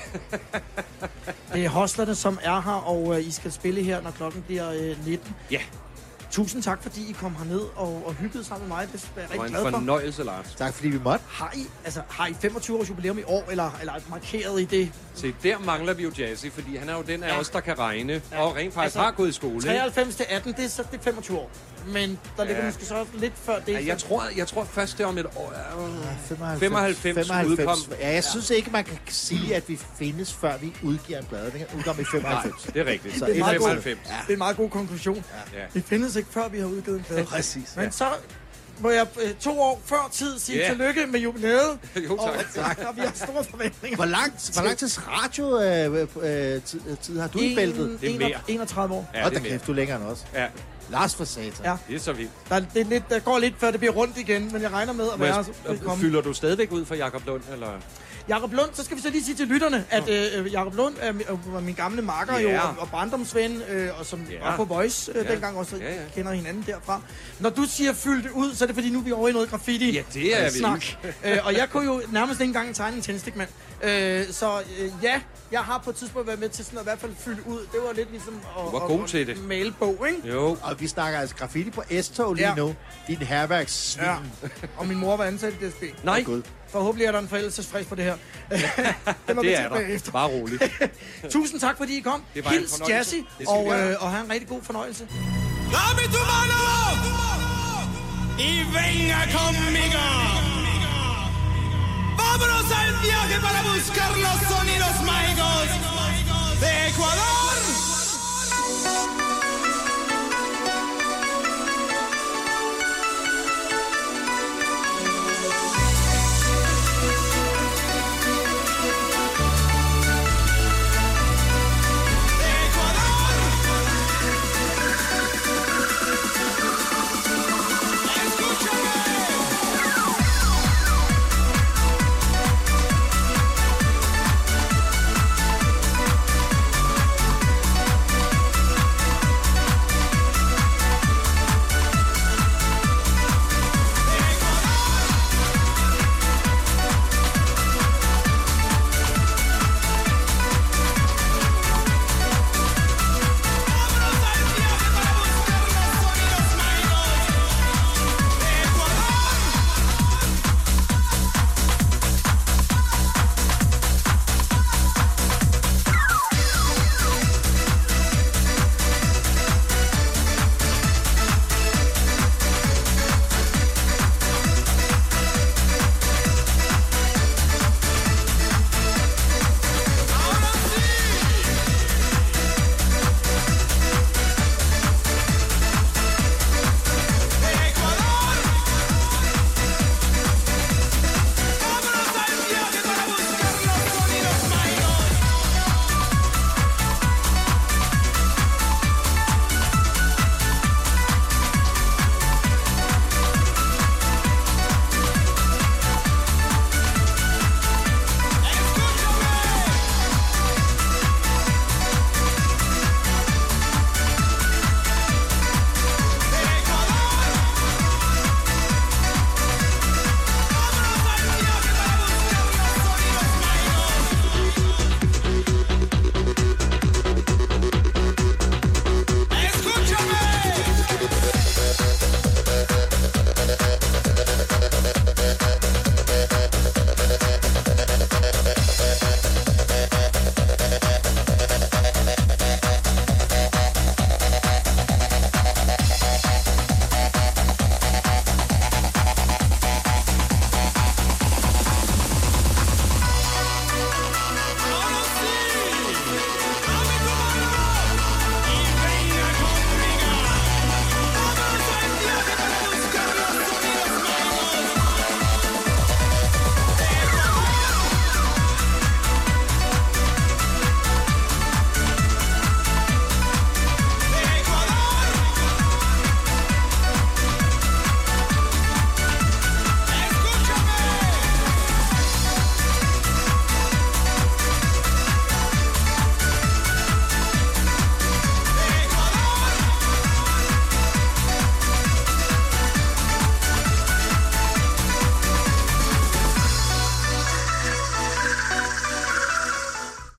Det er hostlerne, som er her, og øh, I skal spille her, når klokken bliver øh, nitten. Ja. Tusind tak, fordi I kom herned og, og hyggede sammen med mig. Det er jeg Det var rigtig en glad for. fornøjelse, Lars. Tak fordi vi måtte. Har I, altså, har I femogtyve års jubilæum i år, eller, eller markeret i det? Se, der mangler vi jo Jazzy, fordi han er jo den af Ja. os, der kan regne, Ja. og rent faktisk Altså, har gået i skole. ikke? treoghalvfems til atten, det er, så, det er femogtyve år. men der ligger Ja. måske så lidt før det. Ja, jeg tror, jeg tror først, det er om et år. femoghalvfems, femoghalvfems udkom. Ja, jeg synes ikke, man kan sige, at vi findes, før vi udgiver en plade. Den udkom i femoghalvfems. Nej, det er rigtigt. Så Det er, meget god, femoghalvfems. det er en meget god konklusion. Ja. Det findes ikke, før vi har udgivet en plade. Præcis. Men så må jeg øh, to år før tid sige Ja. tillykke med jubilæet. Jo, tak. Og, tak. Og vi har store forventninger. Hvor langt, hvor lang tids radio øh, øh, tid, tid har du i bæltet? Det er mere. enogtredive år. Ja, Og det der er mere. kæft, du er længere end os. Ja, Lars for satan. Ja. det er så vildt. Der, det er lidt, der går lidt, før det bliver rundt igen, men jeg regner med at Må være jeg, så sp- velkommen. fylder du stadigvæk ud for Jakob Lund, eller? Jakob Lund, så skal vi så lige sige til lytterne, at øh, Jakob Lund er, mi- var min gamle makker Ja. jo, og, og barndomsven, øh, og som Ja. var på Voice øh, Ja. dengang også, Ja, ja. kender hinanden derfra. Når du siger fyldt ud, så er det fordi, nu er vi over i noget graffiti. Ja, det er vi. snak. øh, og jeg kunne jo nærmest ikke engang tegne en tændstikmand. Øh, så øh, ja, jeg har på et tidspunkt været med til sådan at i hvert fald fylde ud. Det var lidt ligesom at, Du var god at, til at det. male bog, ikke? Jo. Og vi snakker altså graffiti på S-tog lige Ja. nu. Din herværkssvin. Ja. Og min mor var ansat i D S B. Nej, Gud. Forhåbentlig er der en forældelsesfrist på det her. det må vi det til er bagefter. der. Bare roligt. Tusind tak, fordi I kom. Det var en Hils fornøjelse. Jazzy, Det skal og, vi gøre. øh, og have en rigtig god fornøjelse. Dame tu mano y venga conmigo. Vámonos al viaje para buscar los sonidos mágicos de Ecuador.